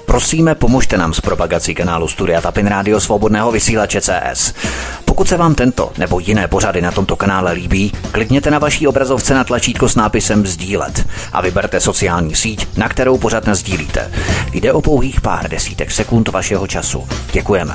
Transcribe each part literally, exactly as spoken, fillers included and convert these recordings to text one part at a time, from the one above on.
Prosíme, pomožte nám s propagací kanálu Studia Tapin Rádio Svobodného vysílače C S. Pokud se vám tento nebo jiné pořady na tomto kanále líbí, klikněte na vaší obrazovce na tlačítko s nápisem sdílet a vyberte sociální síť, na kterou pořad nasdílíte. Jde o pouhých pár desítek sekund vašeho času. Děkujeme.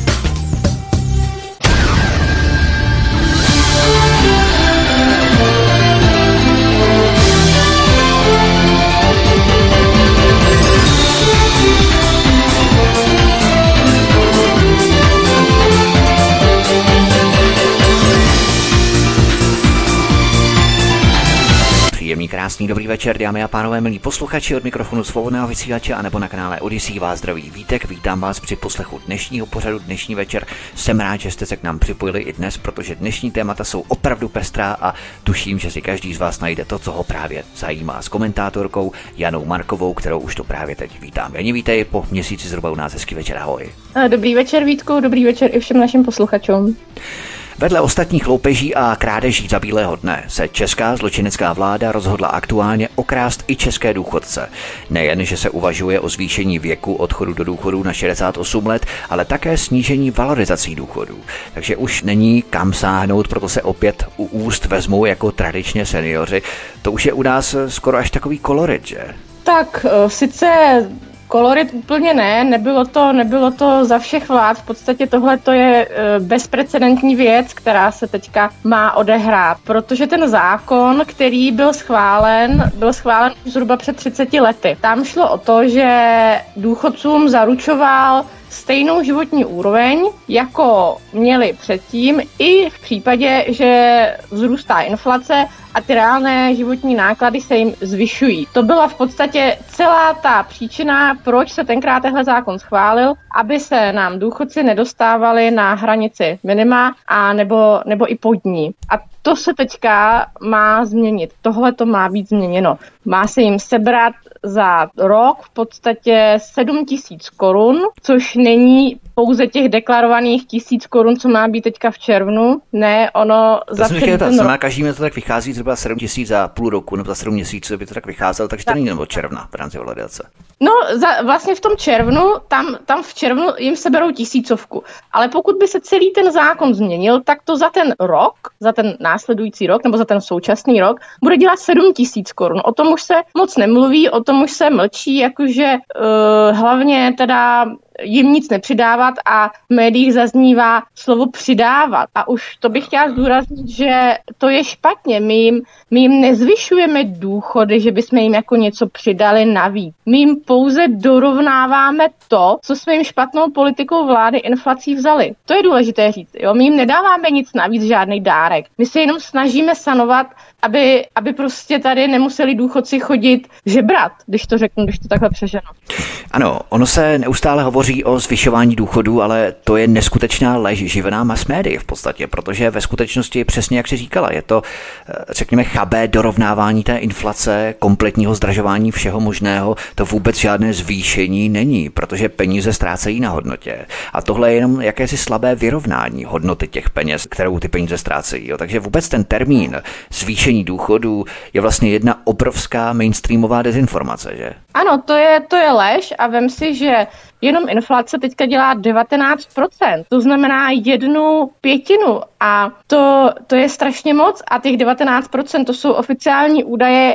Příjemný, krásný, dobrý večer, dámy a pánové, milí posluchači, od mikrofonu Svobodného vysílače a nebo na kanále Odyssey vás zdraví Vítek. Vítám vás při poslechu dnešního pořadu, dnešní večer. Jsem rád, že jste se k nám připojili i dnes, protože dnešní témata jsou opravdu pestrá a tuším, že si každý z vás najde to, co ho právě zajímá, s komentátorkou Janou Markovou, kterou už to právě teď vítám. Jani, vítej, po měsíci zhruba u nás, hezký večer, ahoj. Dobrý večer, Vítku, dobrý večer i všem našim posluchačům. Vedle ostatních loupeží a krádeží za bílého dne se česká zločinecká vláda rozhodla aktuálně okrást i české důchodce. Nejen, že se uvažuje o zvýšení věku odchodu do důchodu na šedesát osm let, ale také snížení valorizací důchodů. Takže už není kam sáhnout, proto se opět u úst vezmou jako tradičně seniori. To už je u nás skoro až takový kolorit, že? Tak sice kolorit úplně ne, nebylo to, nebylo to za všech vlád, v podstatě tohle to je bezprecedentní věc, která se teďka má odehrát, protože ten zákon, který byl schválen, byl schválen zhruba před třiceti lety. Tam šlo o to, že důchodcům zaručoval stejnou životní úroveň, jako měli předtím, i v případě, že vzrůstá inflace a ty reálné životní náklady se jim zvyšují. To byla v podstatě celá ta příčina, proč se tenkrát tenhle zákon schválil, aby se nám důchodci nedostávali na hranici minima a nebo, nebo i pod ní. A to se teďka má změnit. Tohle to má být změněno. Má se jim sebrat za rok v podstatě sedm tisíc korun, což není pouze těch deklarovaných tisíc korun, co má být teďka v červnu. Ne, ono to za celý ten rok. Každý mě to tak vychází zhruba sedm tisíc za půl roku, nebo za sedm měsíců by to tak vycházelo, takže to není nebo června v rámci valorizace. No, za, vlastně v tom červnu, tam, tam v červnu jim seberou tisícovku. Ale pokud by se celý ten zákon změnil, tak to za ten rok, za ten následující rok, nebo za ten současný rok, bude dělat sedm tisíc korun. O tom už se moc nemluví, o tom už se mlčí, jakože uh, hlavně teda jim nic nepřidávat a v médiích zaznívá slovo přidávat. A už to bych chtěla zdůraznit, že to je špatně. My jim, my jim nezvyšujeme důchody, že bychom jim jako něco přidali navíc. My jim pouze dorovnáváme to, co jsme jim špatnou politikou vlády inflací vzali. To je důležité říct. Jo? My jim nedáváme nic navíc, žádný dárek. My se jenom snažíme sanovat, aby, aby prostě tady nemuseli důchodci chodit žebrat, když to řeknu, když to takhle přeženu. Ano, ono se neustále hovoří o zvyšování důchodů, ale to je neskutečná lež živená mass médii v podstatě, protože ve skutečnosti přesně jak si říkala, je to, řekněme, chabé dorovnávání té inflace, kompletního zdražování všeho možného, to vůbec žádné zvýšení není, protože peníze ztrácejí na hodnotě. A tohle je jenom jakési slabé vyrovnání hodnoty těch peněz, kterou ty peníze ztrácejí. Jo. Takže vůbec ten termín zvýšení důchodů je vlastně jedna obrovská mainstreamová dezinformace, že? Ano, to je, to je lež a vem si, že jenom inflace teďka dělá devatenáct procent, to znamená jednu pětinu a to, to je strašně moc a těch devatenáct procent to jsou oficiální údaje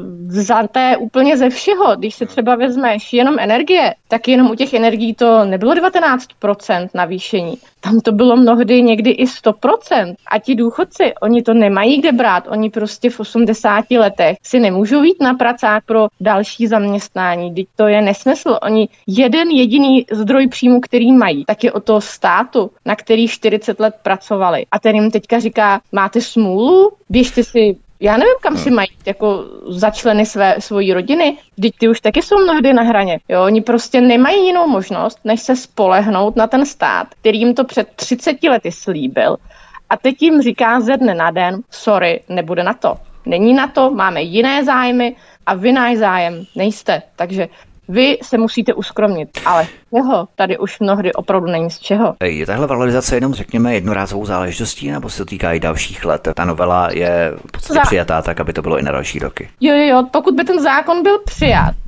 vzaté úplně ze všeho. Když se třeba vezmeš jenom energie, tak jenom u těch energií to nebylo devatenáct procent navýšení. Tam to bylo mnohdy někdy i sto procent. A ti důchodci, oni to nemají kde brát. Oni prostě v osmdesáti letech si nemůžou jít na pracák pro další zaměstnání. Teď to je nesmysl. Oni jeden jediný zdroj příjmu, který mají, tak je od toho státu, na který čtyřicet let pracovali. A ten jim teďka říká, máte smůlu, běžte si, já nevím, kam si mají jako za členy své, svojí rodiny. Vždyť ty už taky jsou mnohdy na hraně. Jo, oni prostě nemají jinou možnost, než se spolehnout na ten stát, který jim to před třiceti lety slíbil. A teď jim říká ze dne na den, sorry, nebude na to. Není na to, máme jiné zájmy a vy náš zájem nejste. Takže vy se musíte uskromnit, ale jeho tady už mnohdy opravdu není z čeho. Je tahle valorizace jenom, řekněme, jednorázovou záležitostí, nebo se to týká i dalších let? Ta novela je v podstatě Za... přijatá tak, aby to bylo i na další roky. Jo, jo, jo, pokud by ten zákon byl přijat,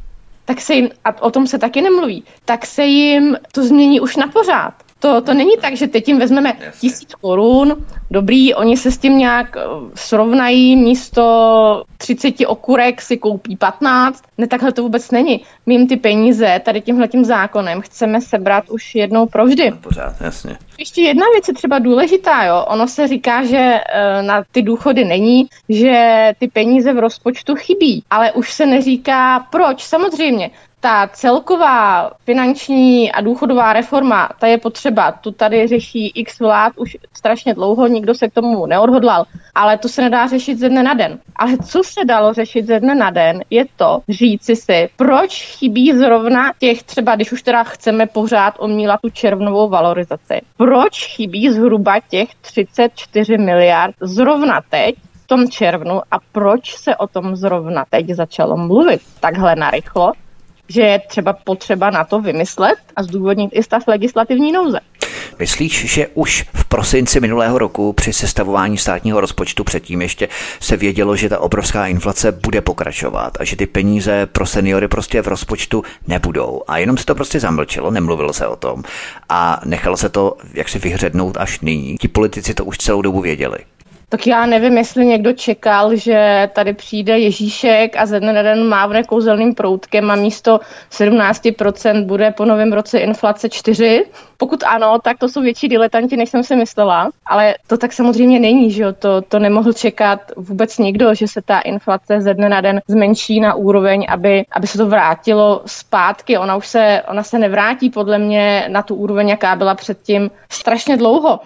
tak se jim, a o tom se taky nemluví, tak se jim to změní už na pořád. To, to není tak, že teď jim vezmeme tisíc korun, dobrý, oni se s tím nějak srovnají, místo třicet okurek si koupí patnáct. Ne, takhle to vůbec není. My jim ty peníze tady tímhletím zákonem chceme sebrat už jednou provždy. Pořád, jasně. Ještě jedna věc je třeba důležitá, jo. Ono se říká, že na ty důchody není, že ty peníze v rozpočtu chybí, ale už se neříká proč. Samozřejmě, ta celková finanční a důchodová reforma, ta je potřeba. Tu tady řeší x vlád už strašně dlouho, nikdo se k tomu neodhodlal, ale to se nedá řešit ze dne na den. Ale co se dalo řešit ze dne na den, je to říci si, proč chybí zrovna těch třeba, když už teda chceme pořád omílat tu červnovou valorizaci, proč chybí zhruba těch třicet čtyři miliard zrovna teď, v tom červnu, a proč se o tom zrovna teď začalo mluvit takhle narychlo, že je třeba potřeba na to vymyslet a zdůvodnit i stav legislativní nouze. Myslíš, že už v prosinci minulého roku při sestavování státního rozpočtu předtím ještě se vědělo, že ta obrovská inflace bude pokračovat a že ty peníze pro seniory prostě v rozpočtu nebudou a jenom se to prostě zamlčelo, nemluvilo se o tom a nechalo se to jaksi vyhřednout až nyní? Ti politici to už celou dobu věděli. Tak já nevím, jestli někdo čekal, že tady přijde Ježíšek a ze dne na den mávne kouzelným proutkem a místo sedmnáct procent bude po novém roce inflace čtyři. Pokud ano, tak to jsou větší diletanti, než jsem si myslela, ale to tak samozřejmě není, že jo? To, to nemohl čekat vůbec nikdo, že se ta inflace ze dne na den zmenší na úroveň, aby, aby se to vrátilo zpátky. Ona už se, ona se nevrátí podle mě na tu úroveň, jaká byla předtím strašně dlouho.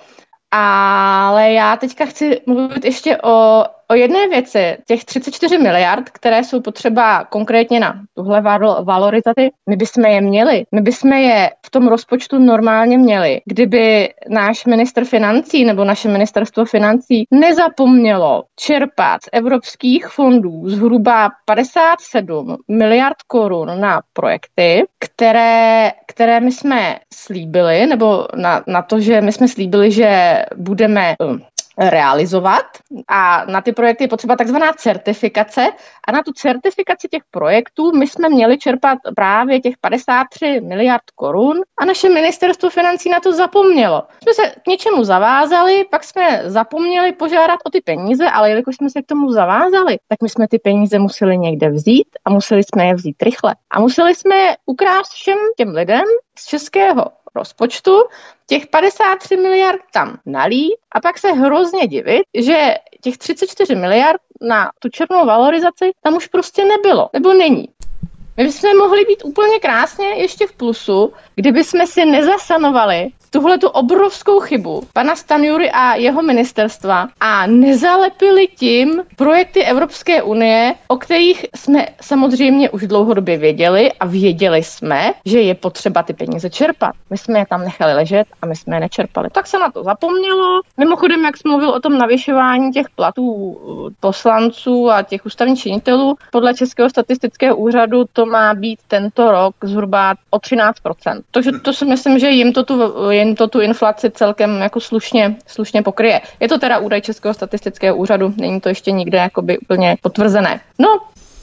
Ale já teďka chci mluvit ještě o, o jedné věci. Těch třicet čtyři miliard, které jsou potřeba konkrétně na tuhle valorizaci, my bychom je měli. My bychom je v tom rozpočtu normálně měli, kdyby náš ministr financí nebo naše ministerstvo financí nezapomnělo čerpat z evropských fondů zhruba padesát sedm miliard korun na projekty, které, které my jsme slíbili, nebo na, na to, že my jsme slíbili, že budeme um, realizovat, a na ty projekty je potřeba takzvaná certifikace a na tu certifikaci těch projektů my jsme měli čerpat právě těch padesát tři miliard korun a naše ministerstvo financí na to zapomnělo. Jsme se k něčemu zavázali, pak jsme zapomněli požádat o ty peníze, ale jelikož jsme se k tomu zavázali, tak my jsme ty peníze museli někde vzít a museli jsme je vzít rychle. A museli jsme je ukrást všem těm lidem z českého rozpočtu, těch padesát tři miliard tam nalít a pak se hrozně divit, že těch třicet čtyři miliard na tu černou valorizaci tam už prostě nebylo, nebo není. My bychom mohli být úplně krásně ještě v plusu, kdyby jsme si nezasanovali tuhle tu obrovskou chybu pana Stanjury a jeho ministerstva a nezalepili tím projekty Evropské unie, o kterých jsme samozřejmě už dlouhodobě věděli a věděli jsme, že je potřeba ty peníze čerpat. My jsme je tam nechali ležet a my jsme je nečerpali. Tak se na to zapomnělo. Mimochodem, jak jsi mluvil o tom navyšování těch platů poslanců a těch ústavních činitelů, podle Českého statistického úřadu to má být tento rok zhruba o třináct procent. Takže to si myslím, že jim to tu, jim to tu inflaci celkem jako slušně, slušně pokryje. Je to teda údaj Českého statistického úřadu, není to ještě nikde jakoby úplně potvrzené. No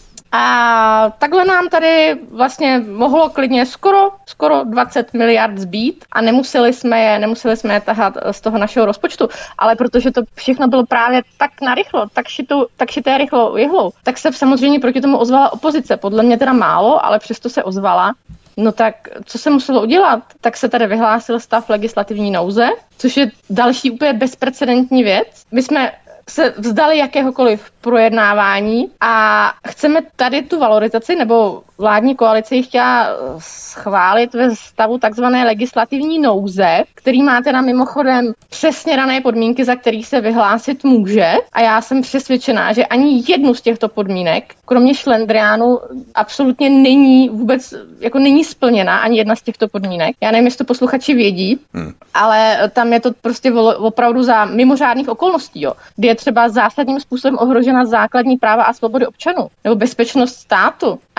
a takhle nám tady vlastně mohlo klidně skoro, skoro dvacet miliard zbýt a nemuseli jsme je, nemuseli jsme je tahat z toho našeho rozpočtu, ale protože to všechno bylo právě tak narychlo, tak, šitou, tak šité rychlo jehlou, tak se samozřejmě proti tomu ozvala opozice. Podle mě teda málo, ale přesto se ozvala. No tak co se muselo udělat? Tak se tady vyhlásil stav legislativní nouze, což je další úplně bezprecedentní věc. My jsme se vzdali jakéhokoliv projednávání a chceme tady tu valorizaci, nebo vládní koalice ji chtěla schválit ve stavu takzvané legislativní nouze, který má teda mimochodem přesně dané podmínky, za kterých se vyhlásit může. A já jsem přesvědčená, že ani jednu z těchto podmínek, kromě šlendriánu, absolutně není vůbec, jako není splněna ani jedna z těchto podmínek. Já nevím, jestli to posluchači vědí, hmm. ale tam je to prostě opravdu za mimořádných okolností, jo, kdy je třeba zásadním způsobem ohrožena základní práva a svobody občanů, nebo bezpečnost státu,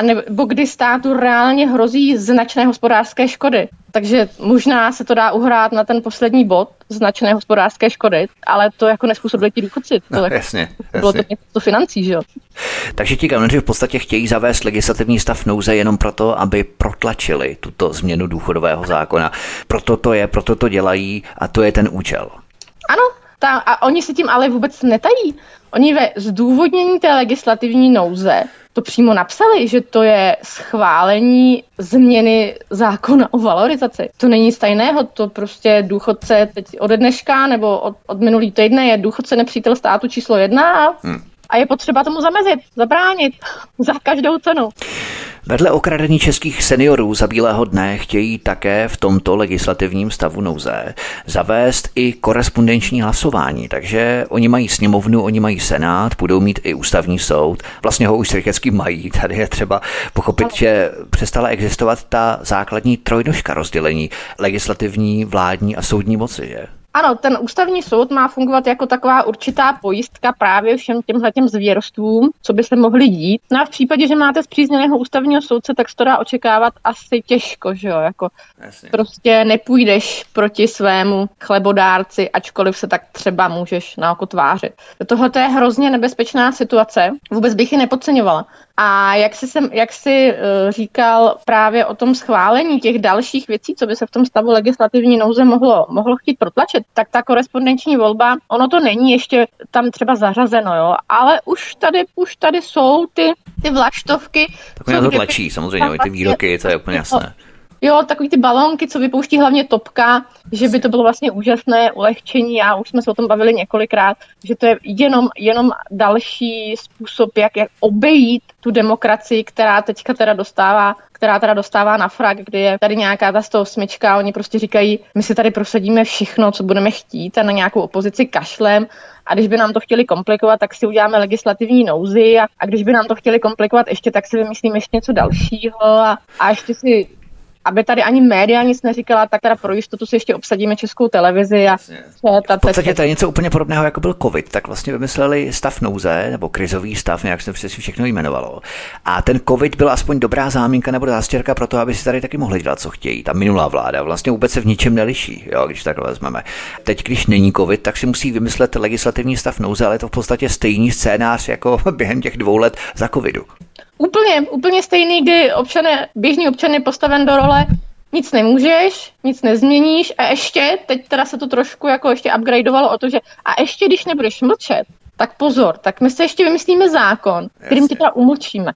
a nebo kdy státu reálně hrozí značné hospodářské škody. Takže možná se to dá uhrát na ten poslední bod, značné hospodářské škody, ale to jako nezpůsobili ti důchodci. To no, jako, jasně, bylo jasně. to něco financí, že jo. Takže ti gauneři v podstatě chtějí zavést legislativní stav nouze jenom proto, aby protlačili tuto změnu důchodového zákona. Proto to je, proto to dělají a to je ten účel. Ano, ta, a oni se tím ale vůbec netají. Oni ve zdůvodnění té legislativní nouze to přímo napsali, že to je schválení změny zákona o valorizaci. To není nic tajného, to prostě důchodce teď ode dneška nebo od, od minulý týdne je důchodce nepřítel státu číslo jedna a, hmm. a je potřeba tomu zamezit, zabránit za každou cenu. Vedle okradení českých seniorů za bílého dne chtějí také v tomto legislativním stavu nouze zavést i korespondenční hlasování. Takže oni mají sněmovnu, oni mají senát, budou mít i ústavní soud. Vlastně ho už srychecky mají. Tady je třeba pochopit, že přestala existovat ta základní trojnožka rozdělení legislativní, vládní a soudní moci, že? Ano, ten ústavní soud má fungovat jako taková určitá pojistka právě všem těmhletěm zvěrstvům, co by se mohly dít. No a v případě, že máte spřízněného ústavního soudce, tak se to dá očekávat asi těžko, že jo, jako Jasně. prostě nepůjdeš proti svému chlebodárci, ačkoliv se tak třeba můžeš na oko tvářit. Tohle je hrozně nebezpečná situace, vůbec bych ji nepodceňovala. A jak jsi, sem, jak jsi uh, říkal právě o tom schválení těch dalších věcí, co by se v tom stavu legislativní nouze mohlo, mohlo chtít protlačit, tak ta korespondenční volba, ono to není ještě tam třeba zařazeno, jo, ale už tady, už tady jsou ty, ty vlaštovky. Tak oni na to tlačí, samozřejmě, ty výroky, to je úplně jasné. Jo, takový ty balónky, co vypouští hlavně Topka, že by to bylo vlastně úžasné ulehčení a už jsme se o tom bavili několikrát, že to je jenom, jenom další způsob, jak, jak obejít tu demokracii, která teďka teda dostává, která teda dostává na frak, kdy je tady nějaká ta sto osmička, oni prostě říkají, my si tady prosadíme všechno, co budeme chtít a na nějakou opozici kašlem. A když by nám to chtěli komplikovat, tak si uděláme legislativní nouzi a, a když by nám to chtěli komplikovat ještě, tak si vymyslíme ještě něco dalšího a, a ještě si aby tady ani média nic neříkala, tak teda pro jistotu si ještě obsadíme Českou televizi. A v podstatě to je něco úplně podobného, jako byl covid, tak vlastně vymysleli stav nouze, nebo krizový stav, nějak se přesně všechno jmenovalo. A ten covid byl aspoň dobrá záminka nebo zástěrka pro to, aby si tady taky mohli dělat, co chtějí. Ta minulá vláda vlastně vůbec se v ničem neliší, jo, když takhle vezmeme. Teď, když není covid, tak si musí vymyslet legislativní stav nouze, ale je to v podstatě stejný scénář jako během těch dvou let za covidu. Úplně, úplně stejný, kdy občané, běžný občan je postaven do role, nic nemůžeš, nic nezměníš a ještě, teď teda se to trošku jako ještě upgradeovalo o to, že a ještě když nebudeš mlčet, tak pozor, tak my se ještě vymyslíme zákon, kterým tě teda umlčíme.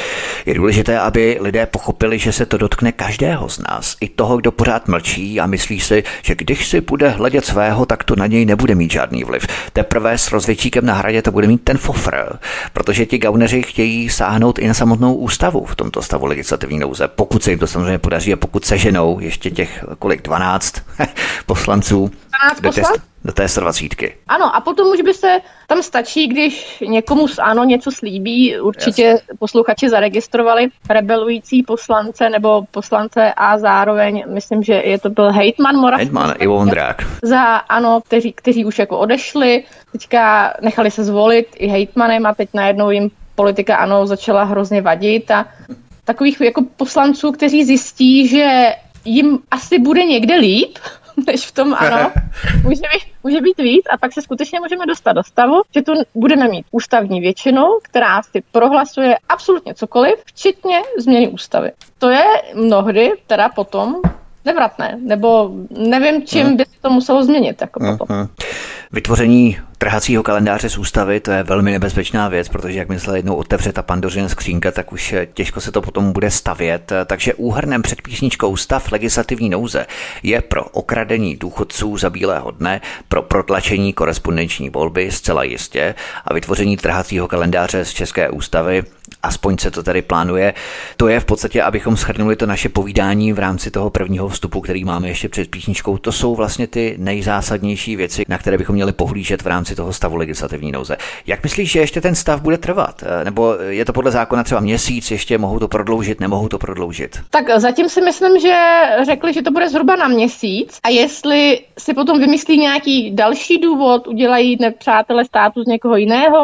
Je důležité, aby lidé pochopili, že se to dotkne každého z nás, i toho, kdo pořád mlčí a myslí si, že když si bude hledět svého, tak to na něj nebude mít žádný vliv. Teprve s rozvědčíkem na hradě to bude mít ten fofr, protože ti gauneři chtějí sáhnout i na samotnou ústavu v tomto stavu legislativní nouze, pokud se jim to samozřejmě podaří a pokud seženou ještě těch kolik dvanáct poslanců do, té, do té sto dvacítky. Ano, a potom už by se tam stačí, když někomu z ANO něco slíbí, určitě yes. posluchači zaregistrovali rebelující poslance nebo poslance a zároveň, myslím, že je to byl hejtman Moravský. Hejtman Ivo Vondrák. Za ANO, kteří, kteří už jako odešli, teďka nechali se zvolit i hejtmanem a teď najednou jim politika ANO začala hrozně vadit a takových jako poslanců, kteří zjistí, že jim asi bude někde líp, než v tom ANO, může být, může být víc a pak se skutečně můžeme dostat do stavu, že tu budeme mít ústavní většinu, která si prohlasuje absolutně cokoliv, včetně změny ústavy. To je mnohdy teda potom nevratné, nebo nevím, čím by se to muselo změnit. Jako potom. Vytvoření trhacího kalendáře z ústavy, to je velmi nebezpečná věc, protože jak myslela jednou otevře ta Pandořina skřínka, tak už těžko se to potom bude stavět. Takže úhrnem před písničkou stav legislativní nouze je pro okradení důchodců za bílého dne, pro protlačení korespondenční volby zcela jistě a vytvoření trhacího kalendáře z české ústavy, aspoň se to tady plánuje. To je v podstatě, abychom shrnuli to naše povídání v rámci toho prvního vstupu, který máme ještě před písničkou. To jsou vlastně ty nejzásadnější věci, na které bychom měli pohlížet v rámci toho stavu legislativní nouze. Jak myslíš, že ještě ten stav bude trvat? Nebo je to podle zákona třeba měsíc, ještě mohou to prodloužit, nemohou to prodloužit? Tak zatím si myslím, že řekli, že to bude zhruba na měsíc a jestli si potom vymyslí nějaký další důvod, udělají nepřátelé státu z někoho jiného,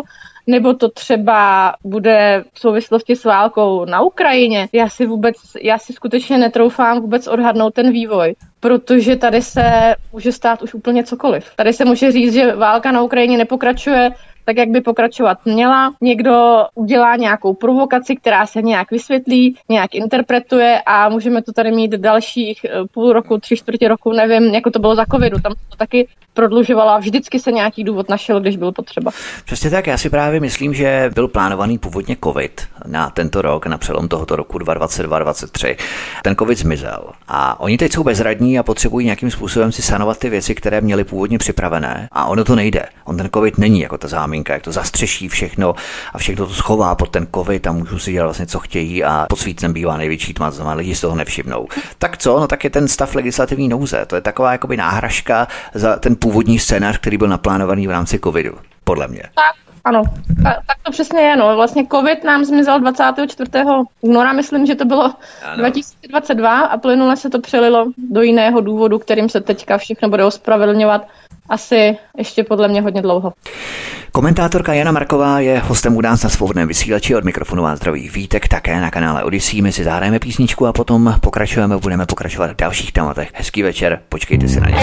nebo to třeba bude v souvislosti s válkou na Ukrajině. Já si vůbec, já si skutečně netroufám vůbec odhadnout ten vývoj, protože tady se může stát už úplně cokoliv. Tady se může říct, že válka na Ukrajině nepokračuje tak, jak by pokračovat měla. Někdo udělá nějakou provokaci, která se nějak vysvětlí, nějak interpretuje a můžeme tu tady mít dalších půl roku, tři čtvrtě roku, nevím, jako to bylo za covidu. Tam to taky prodlužovala a vždycky se nějaký důvod našel, když byl potřeba. Přesně tak, já si právě myslím, že byl plánovaný původně covid na tento rok, na přelom tohoto roku dva tisíce dvacet dva dvacet tři. Ten covid zmizel a oni teď jsou bezradní a potřebují nějakým způsobem si sanovat ty věci, které měli původně připravené a ono to nejde. On ten covid není jako ta záminka, jak to zastřeší všechno a všechno to schová pod ten covid a můžou si dělat vlastně co chtějí a pod svícnem bývá největší tma, znamená lidi z toho nevšimnou. Tak co? No tak je ten stav legislativní nouze. To je taková jakoby náhražka za ten původní scénář, který byl naplánovaný v rámci covidu, podle mě. Tak, ano, tak, tak to přesně je. No. Vlastně covid nám zmizel dvacátého čtvrtého února, myslím, že to bylo ano. dva tisíce dvacet dva a plynule se to přelilo do jiného důvodu, kterým se teďka všechno bude ospravedlňovat asi ještě podle mě hodně dlouho. Komentátorka Jana Marková je hostem u nás na Svobodném vysílači, od mikrofonu vás zdraví Vítek, také na kanále Odyssey. My si zahrajeme písničku a potom pokračujeme, budeme pokračovat v dalších tématech. Hezký večer, počkejte si na ně.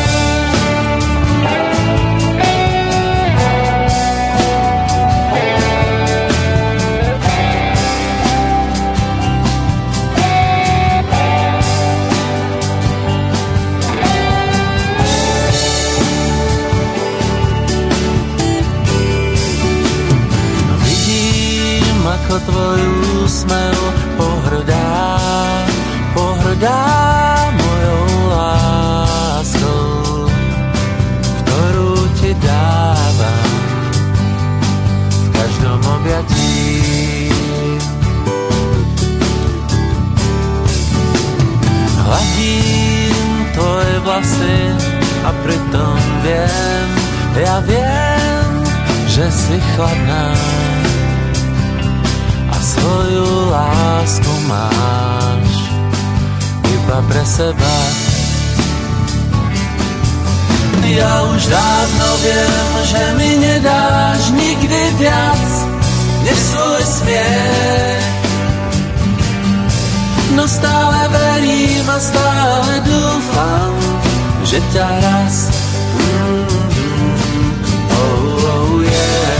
Tvoj úsmev pohrdá, pohrdá mojou láskou, ktorú ti dávam v každom objatí. Hladím tvoje vlasy a pritom viem, ja viem, že si chladná. Svoju lásku máš iba pre seba. Ja už dávno viem, že mi nedáš nikdy viac než svoj smiech. No stále verím a stále dúfam, že ťa raz mm-hmm, oh, oh yeah.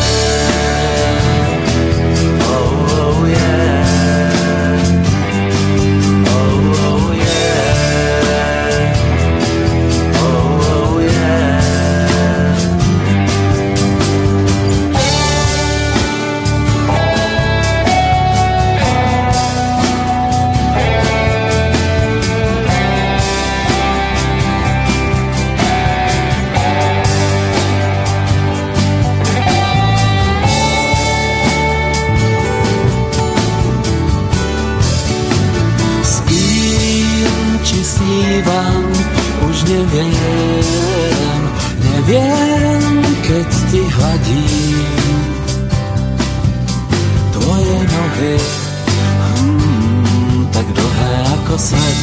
Už neviem, neviem, keď ti hladím tvoje nohy, hmm, tak dlhé ako svet.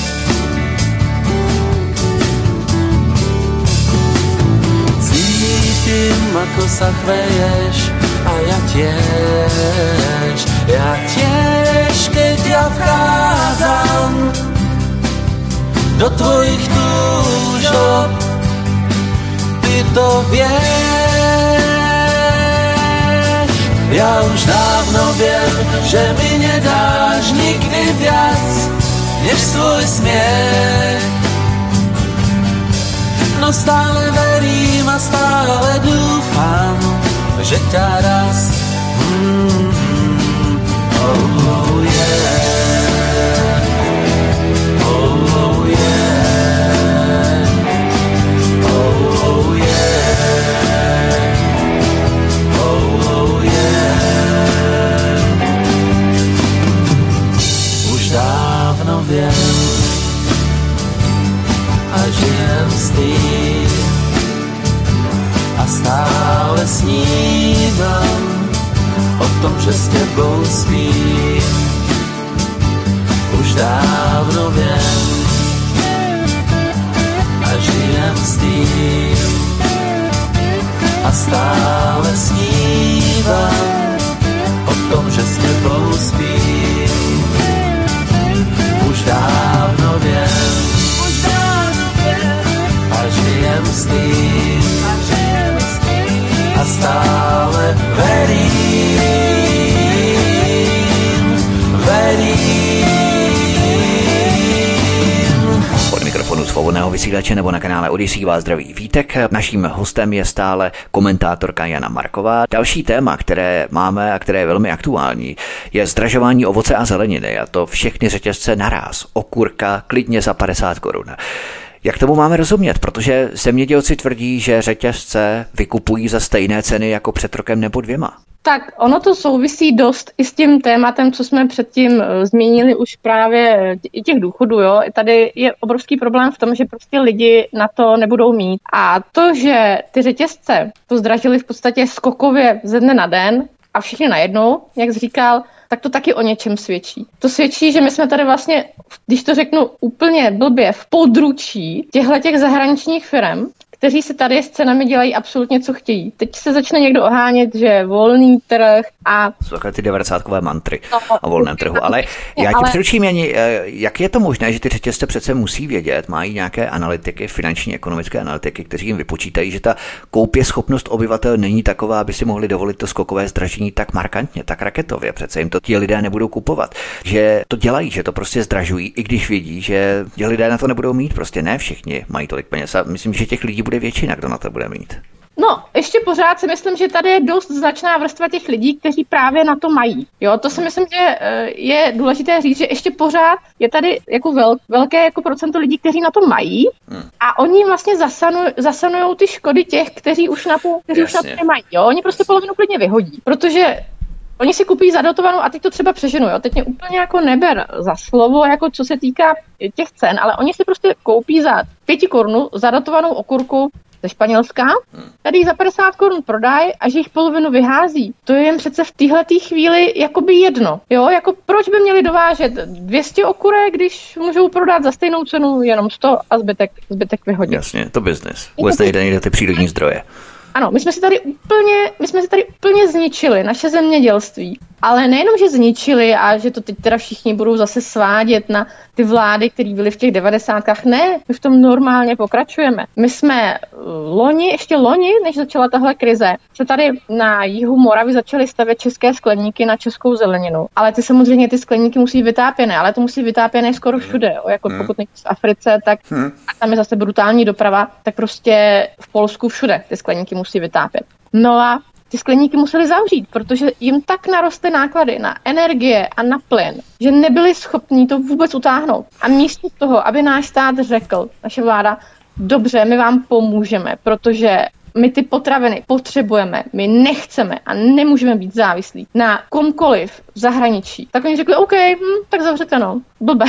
Cítim, ako sa chveješ a ja tiež, ja tiež, keď ja vchádzam do tvojich túžob, ty to vieš. Ja už dávno viem, že mi nedáš nikdy viac než svoj smiech. No stále verím a stále dúfam, že ťa raz mm-hmm, oh, oh yeah. A žijem s tým a stále snívam o tom, že s tebou spím. Už dávno viem a žijem s tým a stále snívam pravda o tom, že s tebou spím. Už dávno vím, už dávno vím, a žijem s tím, a žijem s tím, a stále verím, verím. Od mikrofonu Svobodného vysílače nebo na kanále Odyssey vás zdraví Vítek. Naším hostem je stále komentátorka Jana Marková. Další téma, které máme a které je velmi aktuální, je zdražování ovoce a zeleniny, a to všechny řetězce naráz. Okurka klidně za padesát korun. Jak tomu máme rozumět? Protože zemědělci tvrdí, že řetězce vykupují za stejné ceny jako před rokem nebo dvěma. Tak ono to souvisí dost i s tím tématem, co jsme předtím uh, zmínili už právě i těch důchodů. Jo? Tady je obrovský problém v tom, že prostě lidi na to nebudou mít. A to, že ty řetězce to zdražily v podstatě skokově ze dne na den a všichni najednou, jak jsi říkal, tak to taky o něčem svědčí. To svědčí, že my jsme tady vlastně, když to řeknu úplně blbě, v područí těchto těch zahraničních firm, kteří se tady s cenami dělají absolutně, co chtějí. Teď se začne někdo ohánět, že volný trh a... Jsou takové ty devadesátkové mantry no, o volném trhu. Ale já ti ale... předučím, Jani, jak je to možné, že ty řetězce přece musí vědět, mají nějaké analytiky, finanční, ekonomické analytiky, kteří jim vypočítají, že ta koupěschopnost obyvatel není taková, aby si mohli dovolit to skokové zdražení tak markantně, tak raketově. Přece jim to ti lidé nebudou kupovat. Že to dělají, že to prostě zdražují, i když vědí, že ti lidé na to nebudou mít. Prostě ne všichni mají tolik peněz. A myslím, že těch lidí bude většina, kdo na to bude mít. No, ještě pořád si myslím, že tady je dost značná vrstva těch lidí, kteří právě na to mají. Jo, to si myslím, že je důležité říct, že ještě pořád je tady jako vel, velké jako procento lidí, kteří na to mají hmm. a oni vlastně zasanují zasanují ty škody těch, kteří už na to, kteří už na to nemají. Jo, oni prostě polovinu klidně vyhodí, protože oni si kupují zadotovanou a teď to třeba přeženu, jo. Teď mě úplně jako neber za slovo, jako co se týká těch cen, ale oni si prostě koupí za pěti korun zadotovanou okurku ze Španělska, tady ji za padesát korun prodají a že jich polovinu vyhází. To je jim přece v téhletý chvíli jakoby jedno. Jo, jako proč by měli dovážet dvě stě okurek, když můžou prodat za stejnou cenu jenom sto a zbytek, zbytek vyhodit. Jasně, to business. Vůbec nejde, nejde ty přírodní zdroje. Ano, my jsme si tady úplně, my jsme si tady úplně zničili naše zemědělství. Ale nejenom, že zničili a že to teď teda všichni budou zase svádět na ty vlády, které byly v těch devadesátkách. Ne, my v tom normálně pokračujeme. My jsme loni, ještě loni, než začala tahle krize, se tady na jihu Moravy začaly stavět české skleníky na českou zeleninu. Ale ty samozřejmě ty skleníky musí vytápěné, ale to musí vytápěné skoro všude. Jo. Jako pokud nejsi v Africe, tak a tam je zase brutální doprava, tak prostě v Polsku všude ty skleníky musí vytápět. No a ty skleníky museli zavřít, protože jim tak narostly náklady na energie a na plyn, že nebyli schopní to vůbec utáhnout. A místo toho, aby náš stát řekl, naše vláda, dobře, my vám pomůžeme, protože my ty potraviny potřebujeme, my nechceme a nemůžeme být závislí na komkoliv v zahraničí. Tak oni řekli, OK, hm, tak zavřete, no, blbe.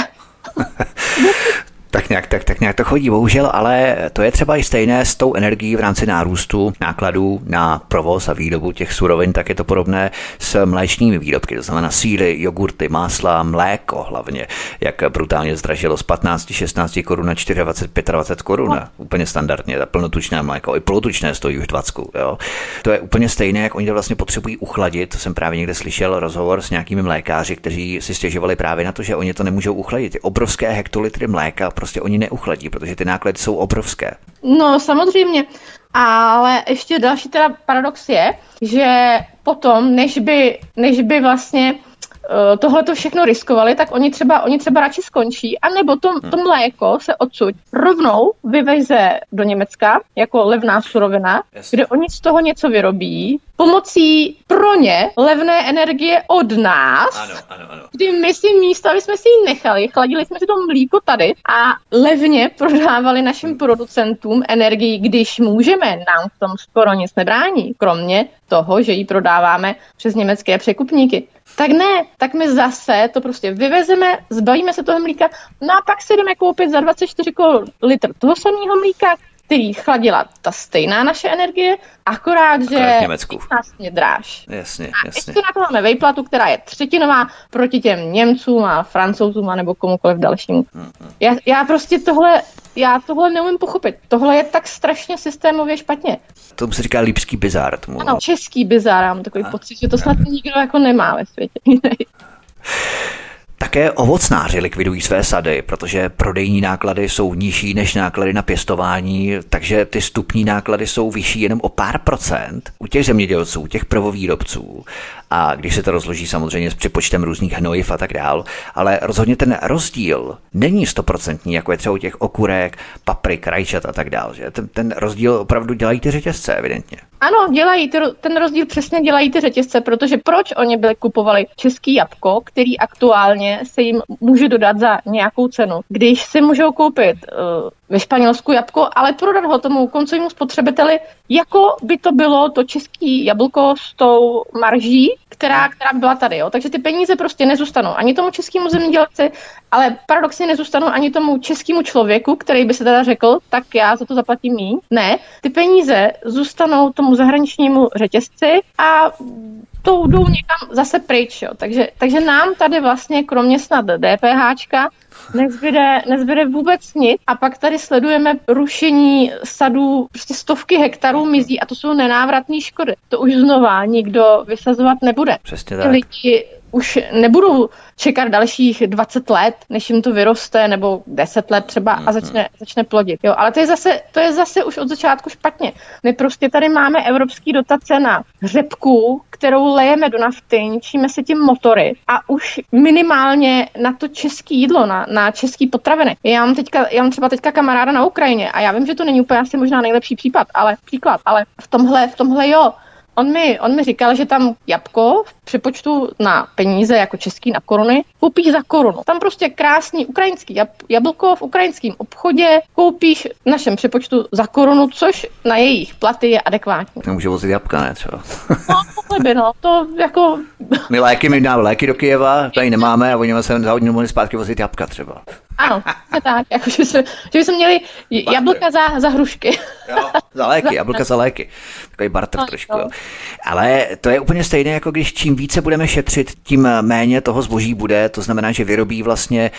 Tak nějak, tak, tak nějak to chodí, bohužel, ale to je třeba i stejné s tou energií v rámci nárůstu nákladů na provoz a výrobu těch surovin, tak je to podobné s mléčnými výrobky, to znamená sýry, jogurty, másla, mléko hlavně, jak brutálně zdražilo z patnáct šestnáct korun na dvacet čtyři dvacet pět korun, no. Úplně standardně, ta plnotučné mléko, i polotučné stojí už dvacet, jo. To je úplně stejné, jak oni to vlastně potřebují uchladit, to jsem právě někde slyšel rozhovor s nějakými mlékáři, kteří si stěžovali právě na to, že oni to nemůžou uchladit, ty obrovské hektolitry mléka prostě oni neuchladí, protože ty náklady jsou obrovské. No samozřejmě, ale ještě další teda paradox je, že potom, než by, než by vlastně uh, tohle to všechno riskovali, tak oni třeba, oni třeba radši skončí, anebo to, to mléko se odsud rovnou vyveze do Německa jako levná surovina, yes. Kde oni z toho něco vyrobí, pomocí pro ně levné energie od nás, ano, ano, ano. Kdy my si místo, aby jsme si ji nechali, chladili jsme si to mlíko tady a levně prodávali našim producentům energii, když můžeme, nám v tom skoro nic nebrání, kromě toho, že ji prodáváme přes německé překupníky. Tak ne, tak my zase to prostě vyvezeme, zbavíme se toho mlíka, no a pak si jdeme koupit za dvacet čtyři korun litr toho samého mlíka, který chladila ta stejná naše energie, akorát, že je nástně dráž. Jasně, a jasně. ještě na to máme vejplatu, která je třetinová proti těm Němcům a Francouzům a nebo komukoliv dalšímu. Hmm, hmm. Já, já prostě tohle, já tohle neumím pochopit. Tohle je tak strašně systémově špatně. Tomu se říká lípský bizár. Tomu. Ano, český bizár, mám takový a? pocit, že to snad nikdo jako nemá ve světě. Také ovocnáři likvidují své sady, protože prodejní náklady jsou nižší než náklady na pěstování, takže ty vstupní náklady jsou vyšší jenom o pár procent u těch zemědělců, těch prvovýrobců. A když se to rozloží samozřejmě s přepočtem různých hnojiv a tak dál, ale rozhodně ten rozdíl není stoprocentní, jako je třeba u těch okurek, paprik, rajčat a tak dál. Že? Ten, ten rozdíl opravdu dělají ty řetězce, evidentně. Ano, dělají, ten rozdíl přesně dělají ty řetězce, protože proč oni byli kupovali český jabko, který aktuálně se jim může dodat za nějakou cenu, když si můžou koupit uh, ve Španělsku jabko, ale prodat ho tomu koncovému spotřebiteli, jako by to bylo to český jablko s tou marží, která, která byla tady. Jo. Takže ty peníze prostě nezůstanou ani tomu českému zemědělci, ale paradoxně nezůstanou ani tomu českému člověku, který by se teda řekl, tak já za to zaplatím míň. Ne, ty peníze zůstanou tomu zahraničnímu řetězci a to jdou někam zase pryč. Jo. Takže, takže nám tady vlastně kromě snad DPHčka nezbyde, nezbyde vůbec nic a pak tady sledujeme rušení sadů, prostě stovky hektarů mizí a to jsou nenávratné škody. To už znova nikdo vysazovat nebude. Přesně tak. Lidi už nebudou čekat dalších dvacet let, než jim to vyroste, nebo deset let třeba a začne, začne plodit. Jo, ale to je, zase, to je zase už od začátku špatně. My prostě tady máme evropský dotace na řepku, kterou lejeme do nafty, ničíme si tím motory a už minimálně na to české jídlo, na, na český potraviny. Já mám, teďka, já mám třeba teďka kamaráda na Ukrajině a já vím, že to není úplně asi možná nejlepší případ, ale příklad, ale v tomhle, v tomhle jo. On mi, on mi říkal, že tam jabko v přepočtu na peníze jako český na koruny koupíš za korunu. Tam prostě krásný ukrajinský jab, jablko v ukrajinském obchodě koupíš v našem přepočtu za korunu, což na jejich platy je adekvátní. Může vozit jabka, ne třeba? No, by, no, to jako... My léky, my dáme léky do Kyjeva, tady nemáme a oni se za hodinu mohli zpátky vozit jabka třeba. Ano, tak, jako, že, jsme, že bychom měli jablka za, za hrušky. Jo, za léky, jablka za léky. Takový barter no, trošku. Jo. Ale to je úplně stejné, jako když čím více budeme šetřit, tím méně toho zboží bude. To znamená, že vyrobí vlastně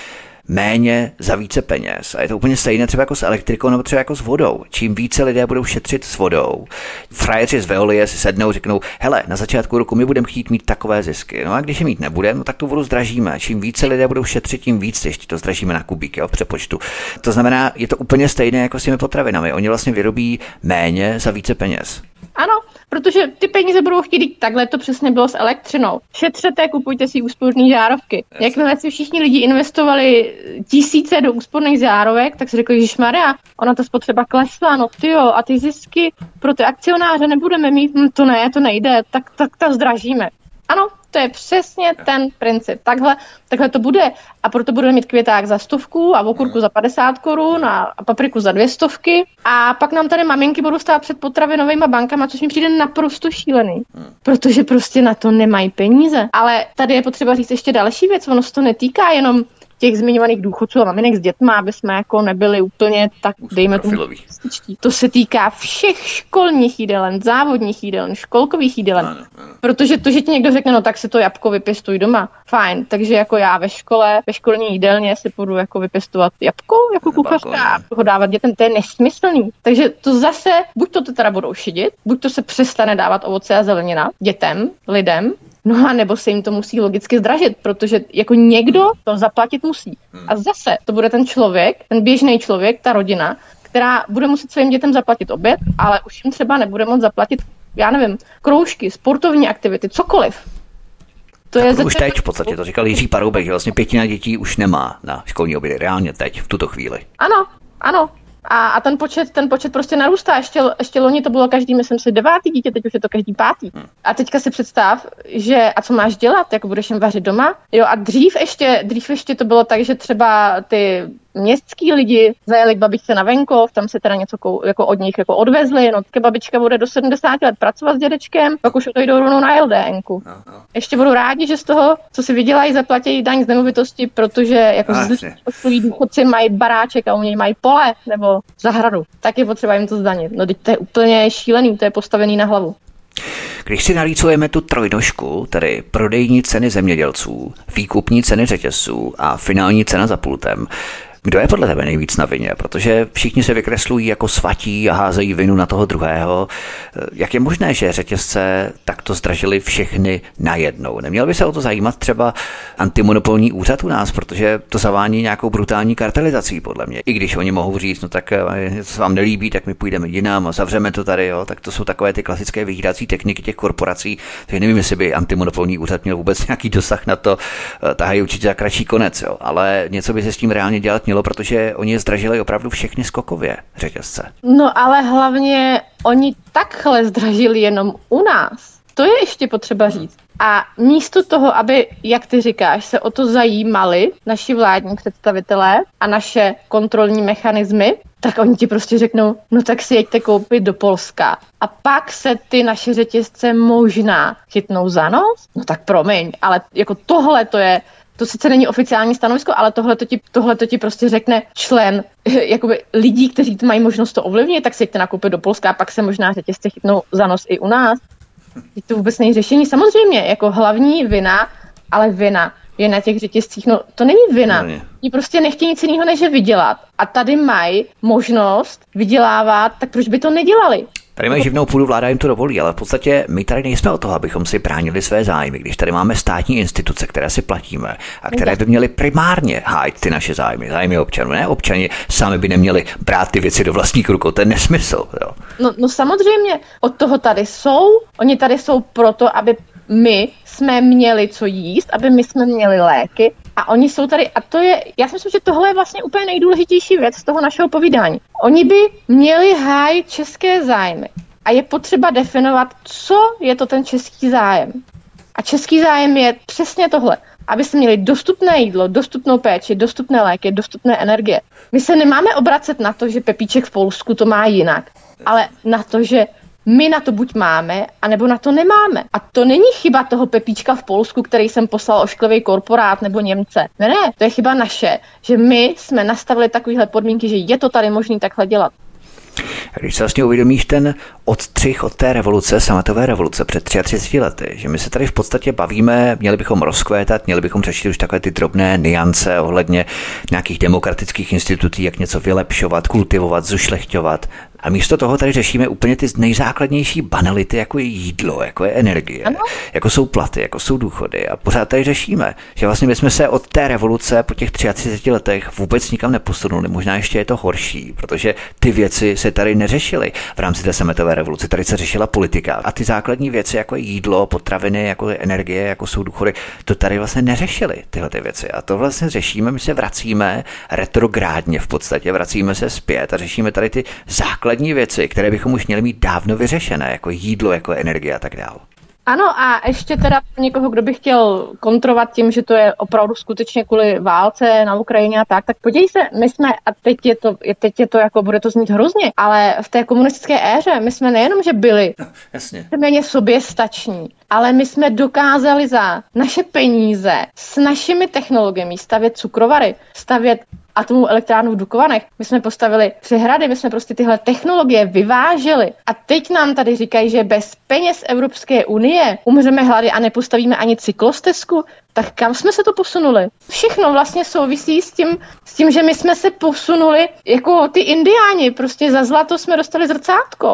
méně za více peněz. A je to úplně stejné třeba jako s elektrikou nebo třeba jako s vodou. Čím více lidé budou šetřit s vodou, frajeři z Veolie si sednou, řeknou, hele, na začátku roku my budeme chtít mít takové zisky. No a když je mít nebudeme, no tak tu vodu zdražíme. Čím více lidé budou šetřit, tím víc ještě to zdražíme na kubík, jo, v přepočtu. To znamená, je to úplně stejné jako s těmi potravinami. Oni vlastně vyrobí méně za více peněz. Ano, protože ty peníze budou chtít jít takhle, to přesně bylo s elektřinou. Šetřete, kupujte si úsporné žárovky. Jakmile si všichni lidi investovali tisíce do úsporných žárovek, tak si řekli, ježišmarja, ona ta spotřeba klesla, no tyjo, a ty zisky pro ty akcionáře nebudeme mít, hm, to ne, to nejde, tak, tak to zdražíme. Ano, to je přesně ten princip. Takhle, takhle to bude. A proto budeme mít květák za stovku a okurku za padesát korun a papriku za dvě stovky. A pak nám tady maminky budou stát před potravinovými bankama, což mi přijde naprosto šílený. Protože prostě na to nemají peníze. Ale tady je potřeba říct ještě další věc. Ono se to netýká jenom těch zmiňovaných důchodců a maminek s dětma, aby jsme jako nebyli úplně tak, dejme tomu, to se týká všech školních jídelen, závodních jídelen, školkových jídelen. Ano, ano. Protože to, že ti někdo řekne, no tak si to jabko vypěstuj doma, fajn, takže jako já ve škole, ve školní jídelně si půjdu jako vypěstovat jabko, jako kuchařka a ho dávat dětem, to je nesmyslný. Takže to zase, buď to teda budou šidit, buď to se přestane dávat ovoce a zelenina dětem, lidem, no a nebo se jim to musí logicky zdražit, protože jako někdo to zaplatit musí. A zase to bude ten člověk, ten běžný člověk, ta rodina, která bude muset svým dětem zaplatit oběd, ale už jim třeba nebude moct zaplatit, já nevím, kroužky, sportovní aktivity, cokoliv. To je už teď v podstatě, to říkal Jiří Paroubek, že vlastně pětina dětí už nemá na školní obědy, reálně teď, v tuto chvíli. Ano, ano. A, a ten počet, ten počet prostě narůstá. Ještě, ještě loni to bylo každý, myslím si, devátý dítě, teď už je to každý pátý. Hmm. A teďka si představ, že a co máš dělat, jako budeš jim vařit doma? Jo, a dřív ještě, dřív ještě to bylo tak, že třeba ty městský lidi zajeli k babičce na venkov, tam se teda něco kou, jako od nich jako odvezli, no tak babička bude do sedmdesáti let pracovat s dědečkem, pak už to jdou rovnou na el dé enku. No, no. Ještě budou rádi, že z toho, co si vydělají, zaplatí daň z nemovitosti, protože jako zlí důchodci mají baráček a u něj mají pole nebo zahradu, tak je potřeba jim to zdanit. No teď to je úplně šílený, to je postavený na hlavu. Když si nalícujeme tu trojnožku, tedy prodejní ceny zemědělců, výkupní ceny řetězců a finální cena za pultem, Kdo je podle tebe nejvíc na vině? Protože všichni se vykreslují jako svatí a házejí vinu na toho druhého. Jak je možné, že řetězce takto zdražily všechny najednou? Neměl by se o to zajímat třeba antimonopolní úřad u nás, protože to zavání nějakou brutální kartelizací podle mě. I když oni mohou říct, no tak se vám nelíbí, tak my půjdeme jinam a zavřeme to tady, jo, tak to jsou takové ty klasické vyhýrací techniky těch korporací. Takže nevím, jestli by antimonopolní úřad měl vůbec nějaký dosah na to, tahají určitě za kratší konec, jo, ale něco by se s tím reálně dělat mělo, protože oni zdražili opravdu všechny skokově řetězce. No ale hlavně oni takhle zdražili jenom u nás. To je ještě potřeba říct. A místo toho, aby, jak ty říkáš, se o to zajímali naši vládní představitelé a naše kontrolní mechanismy, tak oni ti prostě řeknou, no tak si jeďte koupit do Polska. A pak se ty naše řetězce možná chytnou za nos? No tak promiň, ale jako tohle to je, to sice není oficiální stanovisko, ale tohle to ti, tohle to ti prostě řekne člen jakoby lidí, kteří mají možnost to ovlivnit, tak si jeďte nakoupit do Polska a pak se možná řetězce chytnou za nos i u nás. To vůbec není řešení. Samozřejmě, jako hlavní vina, ale vina je na těch řetězcích, no to není vina. Oni prostě nechtějí nic jiného, než je vydělat. A tady mají možnost vydělávat, tak proč by to nedělali? Tady mají živnou půdu, vláda jim to dovolí, ale v podstatě my tady nejsme o toho, abychom si bránili své zájmy, když tady máme státní instituce, které si platíme a které by měly primárně hájit ty naše zájmy, zájmy občanů, ne občani sami by neměli brát ty věci do vlastních rukou, to je nesmysl. Jo. No, no samozřejmě, od toho tady jsou, oni tady jsou proto, aby my jsme měli co jíst, aby my jsme měli léky a oni jsou tady, a to je, já si myslím, že tohle je vlastně úplně nejdůležitější věc z toho našeho povídání. Oni by měli hájit české zájmy a je potřeba definovat, co je to ten český zájem. A český zájem je přesně tohle, aby jsme měli dostupné jídlo, dostupnou péči, dostupné léky, dostupné energie. My se nemáme obracet na to, že Pepíček v Polsku to má jinak, ale na to, že my na to buď máme, anebo na to nemáme. A to není chyba toho Pepíčka v Polsku, který jsem poslal ošklivý korporát nebo Němce. Ne, ne, to je chyba naše, že my jsme nastavili takovéhle podmínky, že je to tady možné takhle dělat. Když se vlastně uvědomíš ten odstřih od té revoluce, sametové revoluce před třiceti třemi lety, že my se tady v podstatě bavíme, měli bychom rozkvétat, měli bychom řešit už takové ty drobné nuance ohledně nějakých demokratických institutů, jak něco vylepšovat, kultivovat, zušlechťovat. A místo toho tady řešíme úplně ty nejzákladnější banality, jako je jídlo, jako je energie, ano. Jako jsou platy, jako jsou důchody. A pořád tady řešíme, že vlastně my jsme se od té revoluce po těch třiceti třemi letech vůbec nikam neposunuli. Možná ještě je to horší, protože ty věci se tady neřešily v rámci té sametové revoluce. Tady se řešila politika. A ty základní věci, jako je jídlo, potraviny, jako je energie, jako jsou důchody, to tady vlastně neřešily tyhle ty věci. A to vlastně řešíme, my se vracíme retrográdně v podstatě, vracíme se zpět a řešíme tady ty základní věci, které bychom už měli mít dávno vyřešené, jako jídlo, jako energie a tak dále. Ano a ještě teda někoho, kdo by chtěl kontrovat tím, že to je opravdu skutečně kvůli válce na Ukrajině a tak, tak podívej se, my jsme, a teď je to, teď je to jako, bude to znít hrozně, ale v té komunistické éře my jsme nejenom, že byli Jasně. méně soběstační, ale my jsme dokázali za naše peníze s našimi technologiemi stavět cukrovary, stavět atomovou elektrárnu v Dukovanech. My jsme postavili přehrady, my jsme prostě tyhle technologie vyváželi. A teď nám tady říkají, že bez peněz Evropské unie umřeme hlady a nepostavíme ani cyklostezku. Tak kam jsme se to posunuli? Všechno vlastně souvisí s tím, s tím, že my jsme se posunuli jako ty indiáni. Prostě za zlato jsme dostali zrcátko.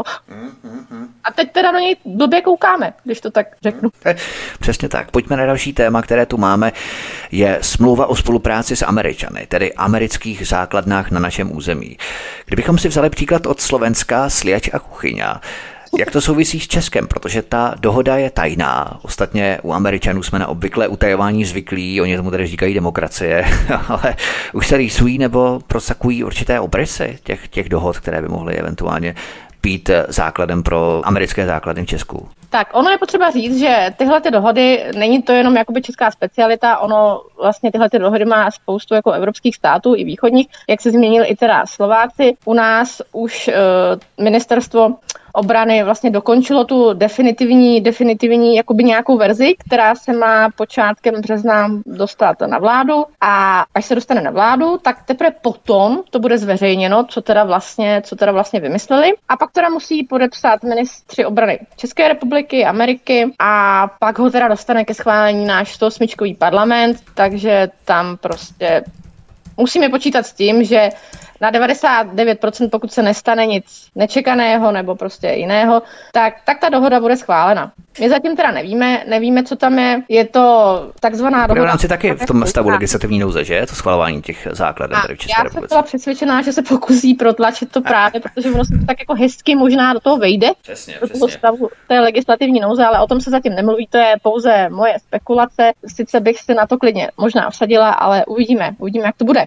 A teď teda do něj blbě koukáme, když to tak řeknu. Přesně tak. Pojďme na další téma, které tu máme. Je smlouva o spolupráci s Američany, tedy amerických základnách na našem území. Kdybychom si vzali příklad od Slovenska, Sliač a Kuchyňa, jak to souvisí s Českem, protože ta dohoda je tajná. Ostatně u Američanů jsme na obvyklé utajování zvyklí, oni tomu tedy říkají demokracie, ale už se rýsují nebo prosakují určité obrysy těch, těch dohod, které by mohly eventuálně být základem pro americké základy v Česku. Tak ono je potřeba říct, že tyhle ty dohody, není to jenom jakoby česká specialita, ono vlastně tyhle ty dohody má spoustu jako evropských států i východních, jak se změnili i teda Slováci. U nás už uh, ministerstvo obrany vlastně dokončilo tu definitivní, definitivní jakoby nějakou verzi, která se má počátkem března dostat na vládu a až se dostane na vládu, tak teprve potom to bude zveřejněno, co teda vlastně, co teda vlastně vymysleli a pak teda musí podepsat ministři obrany České republiky, Ameriky a pak ho teda dostane ke schválení náš sto osmičkový parlament, takže tam prostě musíme počítat s tím, že na devadesát devět procent, pokud se nestane nic nečekaného nebo prostě jiného, tak, tak ta dohoda bude schválena. My zatím teda nevíme, nevíme, co tam je. Je to takzvaná dohoda. V rámci taky v tom stavu legislativní nouze, že? To schvalování těch základen tady v České republice. Já jsem byla přesvědčená, že se pokusí protlačit to právě, protože ono se tak jako hezky možná do toho vejde. Přesně, do toho stavu té legislativní nouze, ale o tom se zatím nemluví, to je pouze moje spekulace. Sice bych se na to klidně možná vsadila, ale uvidíme, uvidíme, jak to bude.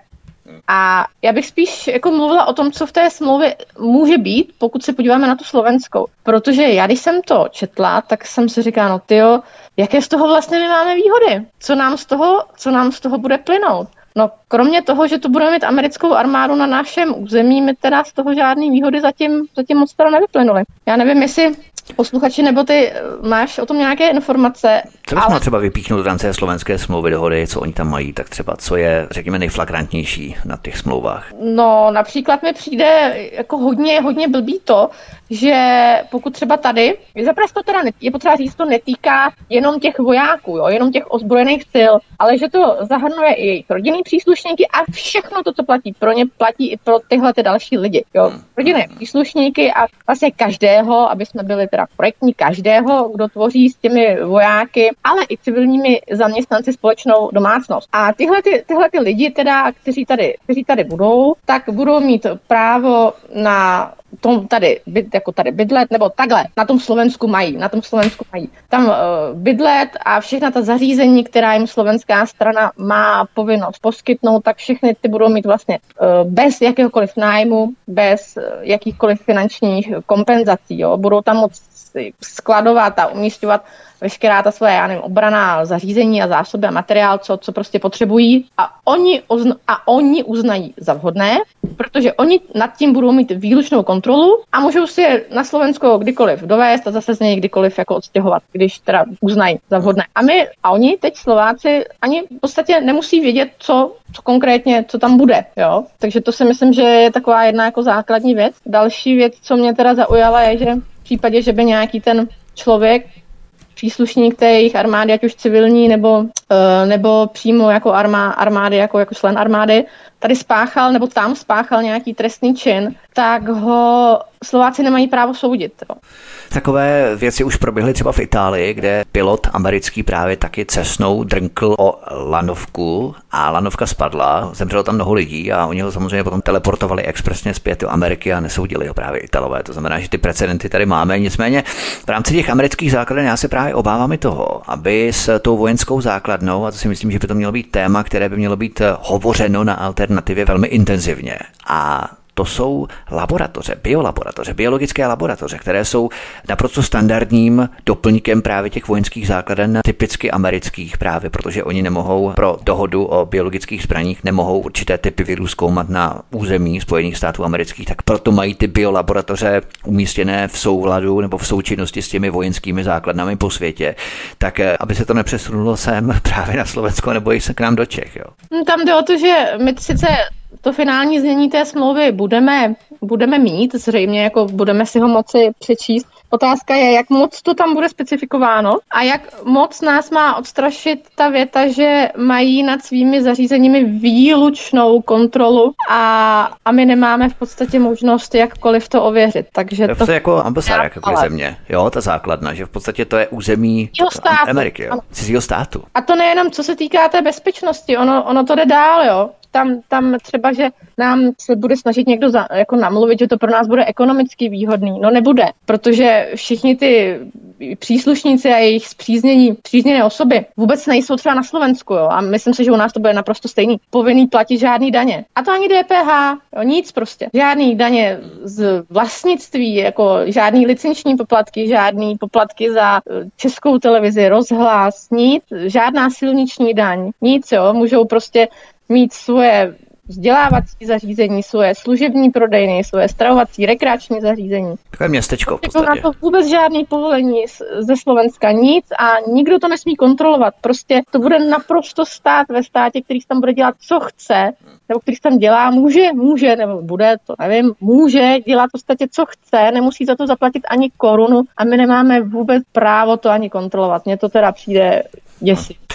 A já bych spíš jako mluvila o tom, co v té smlouvě může být, pokud se podíváme na tu slovenskou. Protože já, když jsem to četla, tak jsem si říkala, no tyjo, jaké z toho vlastně my máme výhody? Co nám z toho, co nám z toho bude plynout? No kromě toho, že tu budeme mít americkou armádu na našem území, my teda z toho žádný výhody zatím, zatím moc teda nevyplynuly. Já nevím, jestli posluchači nebo ty máš o tom nějaké informace. Co bys ale... mohla třeba vypíchnout v rámci slovenské smlouvy dohody, co oni tam mají, tak třeba co je, řekněme, nejflagrantnější na těch smlouvách? No například mi přijde jako hodně, hodně blbý to, že pokud třeba tady, zaprvé to teda netý, je potřeba říct, to netýká jenom těch vojáků, jo, jenom těch ozbrojených sil, ale že to zahrnuje i jejich rodinný příslušníky a všechno to, co platí pro ně, platí i pro tyhle ty další lidi. Jo. Rodinné příslušníky a vlastně každého, aby jsme byli teda korektní, každého, kdo tvoří s těmi vojáky, ale i civilními zaměstnanci společnou domácnost. A tyhle, ty, tyhle ty lidi teda, kteří tady, kteří tady budou, tak budou mít právo na tom tady, jako tady bydlet, nebo takhle, na tom Slovensku mají, na tom Slovensku mají tam uh, bydlet a všechna ta zařízení, která jim slovenská strana má povinnost poskytnout, tak všechny ty budou mít vlastně uh, bez jakéhokoliv nájmu, bez uh, jakýchkoliv finančních kompenzací, jo. Budou tam moct skladovat a umísťovat veškerá ta svoje, já nevím, obraná zařízení a zásoby a materiál, co, co prostě potřebují a oni, ozna- a oni uznají za vhodné, protože oni nad tím budou mít výlučnou kontrolu a můžou si je na Slovensko kdykoliv dovést a zase z něj kdykoliv jako odstěhovat, když teda uznají za vhodné. A my, a oni teď Slováci ani v podstatě nemusí vědět, co, co konkrétně, co tam bude, jo. Takže to si myslím, že je taková jedna jako základní věc. Další věc, co mě teda zaujala, je, že v případě, že by nějaký ten člověk, příslušník té jejich armády, ať už civilní, nebo, uh, nebo přímo jako armá, armády, jako, jako člen armády, tady spáchal, nebo tam spáchal nějaký trestný čin, tak ho Slováci nemají právo soudit. Jo. Takové věci už proběhly třeba v Itálii, kde pilot americký právě taky cesnou drnkl o lanovku a lanovka spadla, zemřelo tam mnoho lidí a oni ho samozřejmě potom teleportovali expresně zpět do Ameriky a nesoudili ho právě Italové. To znamená, že ty precedenty tady máme. Nicméně v rámci těch amerických základen já se právě obávám i toho, aby s tou vojenskou základnou, a to si myslím, že by to mělo být téma, které by mělo být hovořeno na alternativě velmi intenzivně. A to jsou laboratoře, biolaboratoře, biologické laboratoře, které jsou naprosto standardním doplňkem právě těch vojenských základen, typicky amerických právě, protože oni nemohou pro dohodu o biologických zbraních, nemohou určité typy virů zkoumat na území Spojených států amerických, tak proto mají ty biolaboratoře umístěné v souladu nebo v součinnosti s těmi vojenskými základnami po světě, tak aby se to nepřesunulo sem právě na Slovensko nebo i se k nám do Čech. Jo. Tam jde o to, že my sice to finální znění té smlouvy budeme, budeme mít, zřejmě jako budeme si ho moci přečíst. Otázka je, jak moc to tam bude specifikováno a jak moc nás má odstrašit ta věta, že mají nad svými zařízeními výlučnou kontrolu a, a my nemáme v podstatě možnost jakkoliv to ověřit. Takže to, to je jako ambasáda jakékoliv země, jo, ta základna, že v podstatě to je území Ameriky, jo, cizího státu. A to nejenom co se týká té bezpečnosti, ono, ono to jde dál, jo. Tam, tam třeba, že nám se bude snažit někdo za, jako namluvit, že to pro nás bude ekonomicky výhodný. No nebude, protože všichni ty příslušníci a jejich spříznění, přízněné osoby vůbec nejsou třeba na Slovensku, jo, a myslím si, že u nás to bude naprosto stejný. Povinný platit žádný daně. A to ani D P H, jo, nic prostě. Žádný daně z vlastnictví, jako žádný licenční poplatky, žádný poplatky za Českou televizi, rozhlas, nic, žádná silniční daň, nic, jo, můžou prostě mít svoje vzdělávací zařízení, svoje služební prodejny, svoje stravovací, rekreační zařízení. Takové městečko v podstatě. Na to vůbec žádný povolení ze Slovenska, nic a nikdo to nesmí kontrolovat. Prostě to bude naprosto stát ve státě, který tam bude dělat, co chce, nebo který tam dělá, může, může, nebo bude, to nevím, může dělat v podstatě, co chce, nemusí za to zaplatit ani korunu a my nemáme vůbec právo to ani kontrolovat. Mně to teda přijde děsivý.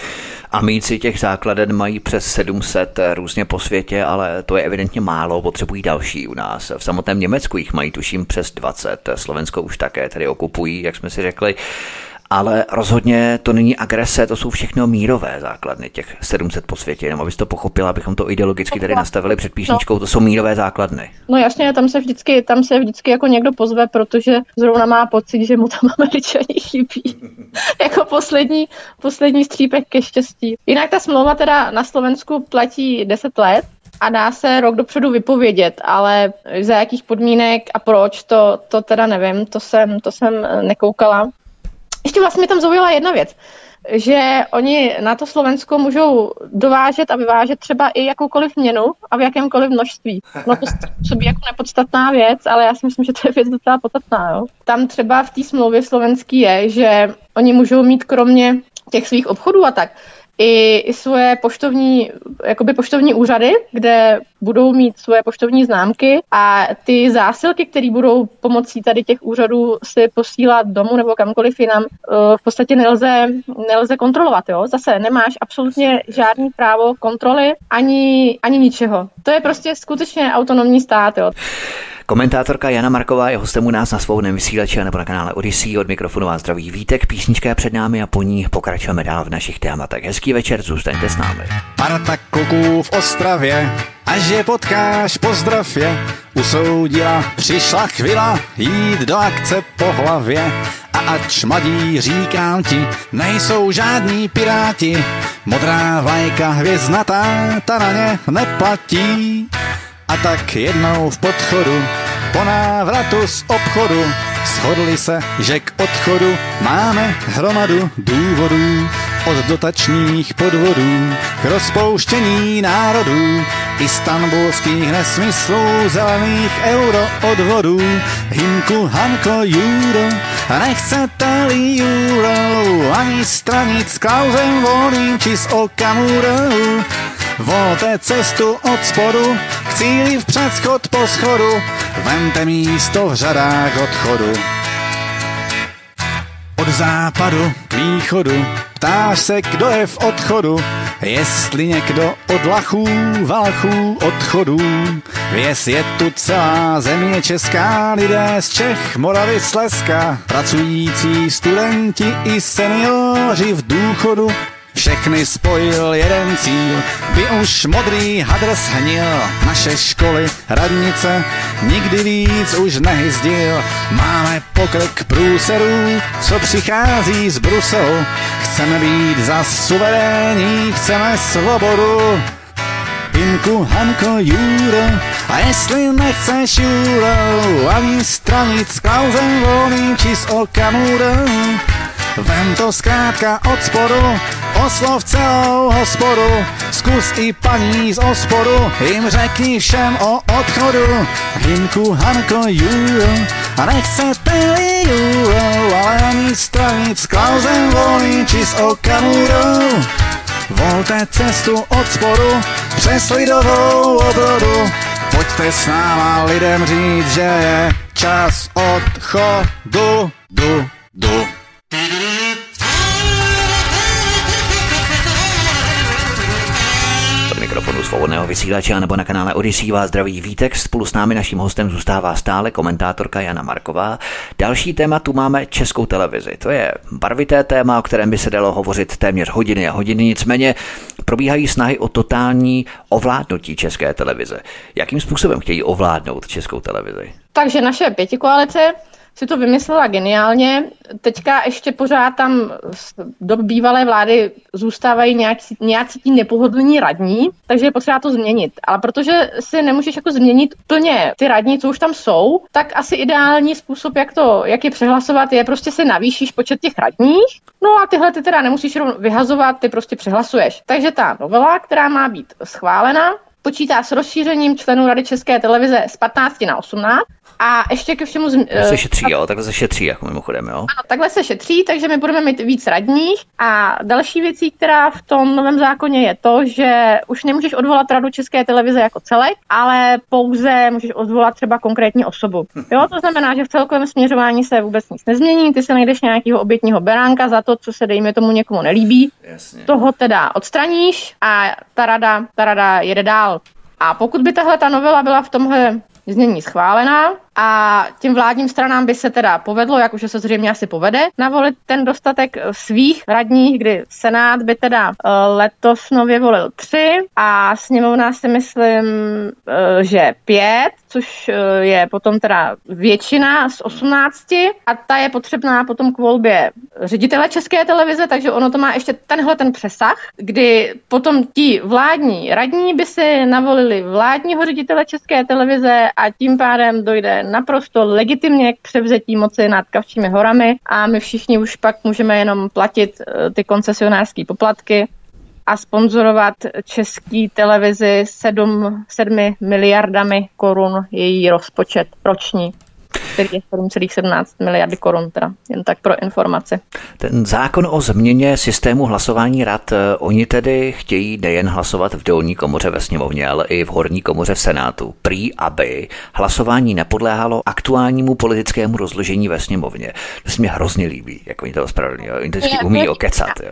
Amíci těch základen mají přes sedm set různě po světě, ale to je evidentně málo, potřebují další u nás. V samotném Německu jich mají tuším přes dvacet, Slovensko už také tedy okupují, jak jsme si řekli. Ale rozhodně to není agrese, to jsou všechno mírové základny, těch sedm set po světě, jenom abys to pochopila, abychom to ideologicky tady nastavili před písničkou, to jsou mírové základny. No jasně, tam se vždycky, tam se vždycky jako někdo pozve, protože zrovna má pocit, že mu tam Američani chybí. Jako poslední, poslední střípek ke štěstí. Jinak ta smlouva teda na Slovensku platí deset let a dá se rok dopředu vypovědět, ale za jakých podmínek a proč, to, to teda nevím, to jsem, to jsem nekoukala. Ještě vlastně mi tam zaujala jedna věc, že oni na to Slovensko můžou dovážet a vyvážet třeba i jakoukoliv měnu a v jakémkoliv množství. No to působí jako nepodstatná věc, ale já si myslím, že to je věc docela podstatná. Jo? Tam třeba v té smlouvě slovenský je, že oni můžou mít kromě těch svých obchodů a tak, I, i svoje poštovní, jakoby poštovní úřady, kde budou mít svoje poštovní známky a ty zásilky, které budou pomocí tady těch úřadů si posílat domů nebo kamkoliv jinam, v podstatě nelze, nelze kontrolovat. Jo? Zase nemáš absolutně žádný právo kontroly ani, ani ničeho. To je prostě skutečně autonomní stát. Jo? Komentátorka Jana Marková je hostem u nás na svobodném vysílači nebo na kanále Odyssey. Od mikrofonu vás zdraví Vítek, písnička je před námi a po ní pokračujeme dál v našich tématech. Hezký večer, zůstaňte s námi. Parta kluků v Ostravě, až je potkáš, pozdrav je. Usoudila, přišla chvíla jít do akce po hlavě. A ač mladí, říkám ti, nejsou žádní piráti. Modrá vlajka hvězdnatá, ta na ně neplatí. A tak jednou v podchodu, po návratu z obchodu, shodli se, že k odchodu máme hromadu důvodů. Od dotačních podvodů k rozpouštění národů, istanbulských nesmyslů, zelených euro odvodů. Hinku, Hanko, Juro, nechcete-li Juro, ani stranic s Klausem Volným či s Okamurou. Volte cestu od spodu, k cíli vpřed schod po schodu, vemte místo v řadách odchodu. Od západu k východu, ptáš se, kdo je v odchodu, jestli někdo od lachů, valchů, odchodů. Věz je tu celá země česká, lidé z Čech, Moravy, Slezska, pracující studenti i seniori v důchodu. Všechny spojil jeden cíl, by už modrý hadr shnil. Naše školy, radnice, nikdy víc už nehyzdil. Máme pokrk průserů, co přichází z Bruselu. Chceme být za suverénní, chceme svobodu. Hinku, Hanko, Juro, a jestli nechceš Juro, ani stranic s Klausem Volným či s Okamurou. Vem to zkrátka od spodu, oslov celou hospodu, zkus i paní z ospodu, jim řekni všem o odchodu. Hinku, Hanko, Juro, a nechcete-li Juro, ale ani stranic s Klausem Volným či s Okamurou. Volte cestu od spodu, přes lidovou obrodu, pojďte s náma lidem říct, že je čas odchodu, du, du. Mikrofonu svobodného vysílače nebo na kanále Odyssey vás zdraví Vítek. Spolu s námi naším hostem zůstává stále komentátorka Jana Marková. Další téma tu máme Českou televizi. To je barvité téma, o kterém by se dalo hovořit téměř hodiny a hodiny. Nicméně probíhají snahy o totální ovládnutí České televize. Jakým způsobem chtějí ovládnout Českou televizi? Takže naše pětikoalice si to vymyslela geniálně. Teďka ještě pořád tam do bývalé vlády zůstávají nějací, nějací tí nepohodlní radní, takže je potřeba to změnit. Ale protože si nemůžeš jako změnit plně ty radní, co už tam jsou, tak asi ideální způsob, jak to, jak je přehlasovat, je prostě si navýšíš počet těch radních, no a tyhle ty teda nemusíš rovnou vyhazovat, ty prostě přehlasuješ. Takže ta novela, která má být schválena, počítá s rozšířením členů Rady České televize z patnácti na osmnáct A ještě ke všemu... Z... Se šetří, jo, takhle se šetří, jako mimochodem, jo. Ano, takhle se šetří, takže my budeme mít víc radních. A další věcí, která v tom novém zákoně je to, že už nemůžeš odvolat Radu České televize jako celek, ale pouze můžeš odvolat třeba konkrétní osobu. Jo, to znamená, že v celkovém směřování se vůbec nic nezmění, ty se najdeš nějakého obětního beránka za to, co se dejme tomu někomu nelíbí. Jasně. Toho teda odstraníš a ta rada, ta rada jede dál. A pokud by tahle ta novela byla v tomhle znění schválená a těm vládním stranám by se teda povedlo, jak už se zřejmě asi povede, navolit ten dostatek svých radních, kdy Senát by teda letos nově volil tři a sněmovna si myslím, že pět, což je potom teda většina z osmnácti a ta je potřebná potom k volbě ředitele České televize, takže ono to má ještě tenhle ten přesah, kdy potom ti vládní radní by si navolili vládního ředitele České televize a tím pádem dojde naprosto legitimně k převzetí moci nad Kavčími horami a my všichni už pak můžeme jenom platit ty koncesionářské poplatky a sponzorovat České televizi sedm, sedmi miliardami korun její rozpočet roční, který je sedm celá sedmnáct miliardy korun, teda jen tak pro informaci. Ten zákon o změně systému hlasování rad, oni tedy chtějí nejen hlasovat v dolní komoře ve sněmovně, ale i v horní komoře v Senátu. Prý, aby hlasování nepodléhalo aktuálnímu politickému rozložení ve sněmovně. To se mi hrozně líbí, jak oni to ospravedlní, oni to vždycky umí okecat, jo.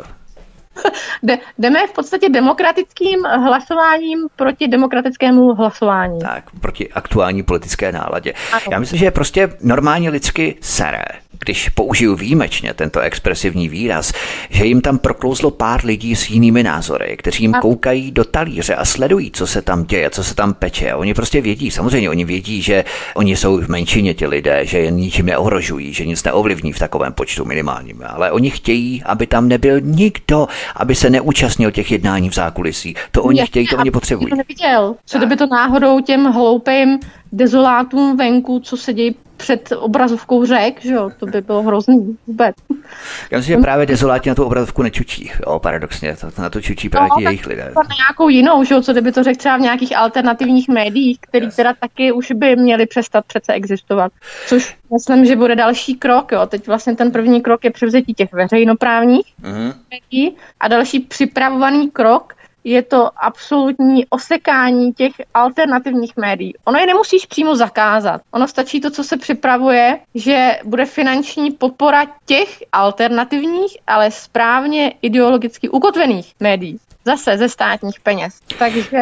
Jdeme v podstatě demokratickým hlasováním proti demokratickému hlasování. Tak, proti aktuální politické náladě. Ano. Já myslím, že je prostě normálně lidsky seré, když použiju výjimečně tento expresivní výraz, že jim tam proklouzlo pár lidí s jinými názory, kteří jim koukají do talíře a sledují, co se tam děje, co se tam peče. Oni prostě vědí, samozřejmě oni vědí, že oni jsou v menšině ti lidé, že je ničím neohrožují, že nic neovlivní v takovém počtu minimálním, ale oni chtějí, aby tam nebyl nikdo, aby se neúčastnil těch jednání v zákulisí. To oni Jasně, chtějí, to oni potřebují. To neviděl. Co kdyby to náhodou těm hloupým dezolátům venku, co se dějí před obrazovkou řek, že jo, to by bylo hrozný vůbec. Já myslím, že právě dezoláti na tu obrazovku nečučí, jo, paradoxně, to, na to čučí právě no, ti jejich lidé. No, nějakou jinou, že jo, co kdyby to řekl třeba v nějakých alternativních médiích, který yes. teda taky už by měli přestat přece existovat, což myslím, že bude další krok, jo, teď vlastně ten první krok je převzetí těch veřejnoprávních mm-hmm. médií a další připravovaný krok je to absolutní osekání těch alternativních médií. Ono je nemusíš přímo zakázat. Ono stačí to, co se připravuje, že bude finanční podpora těch alternativních, ale správně ideologicky ukotvených médií. Zase ze státních peněz. Takže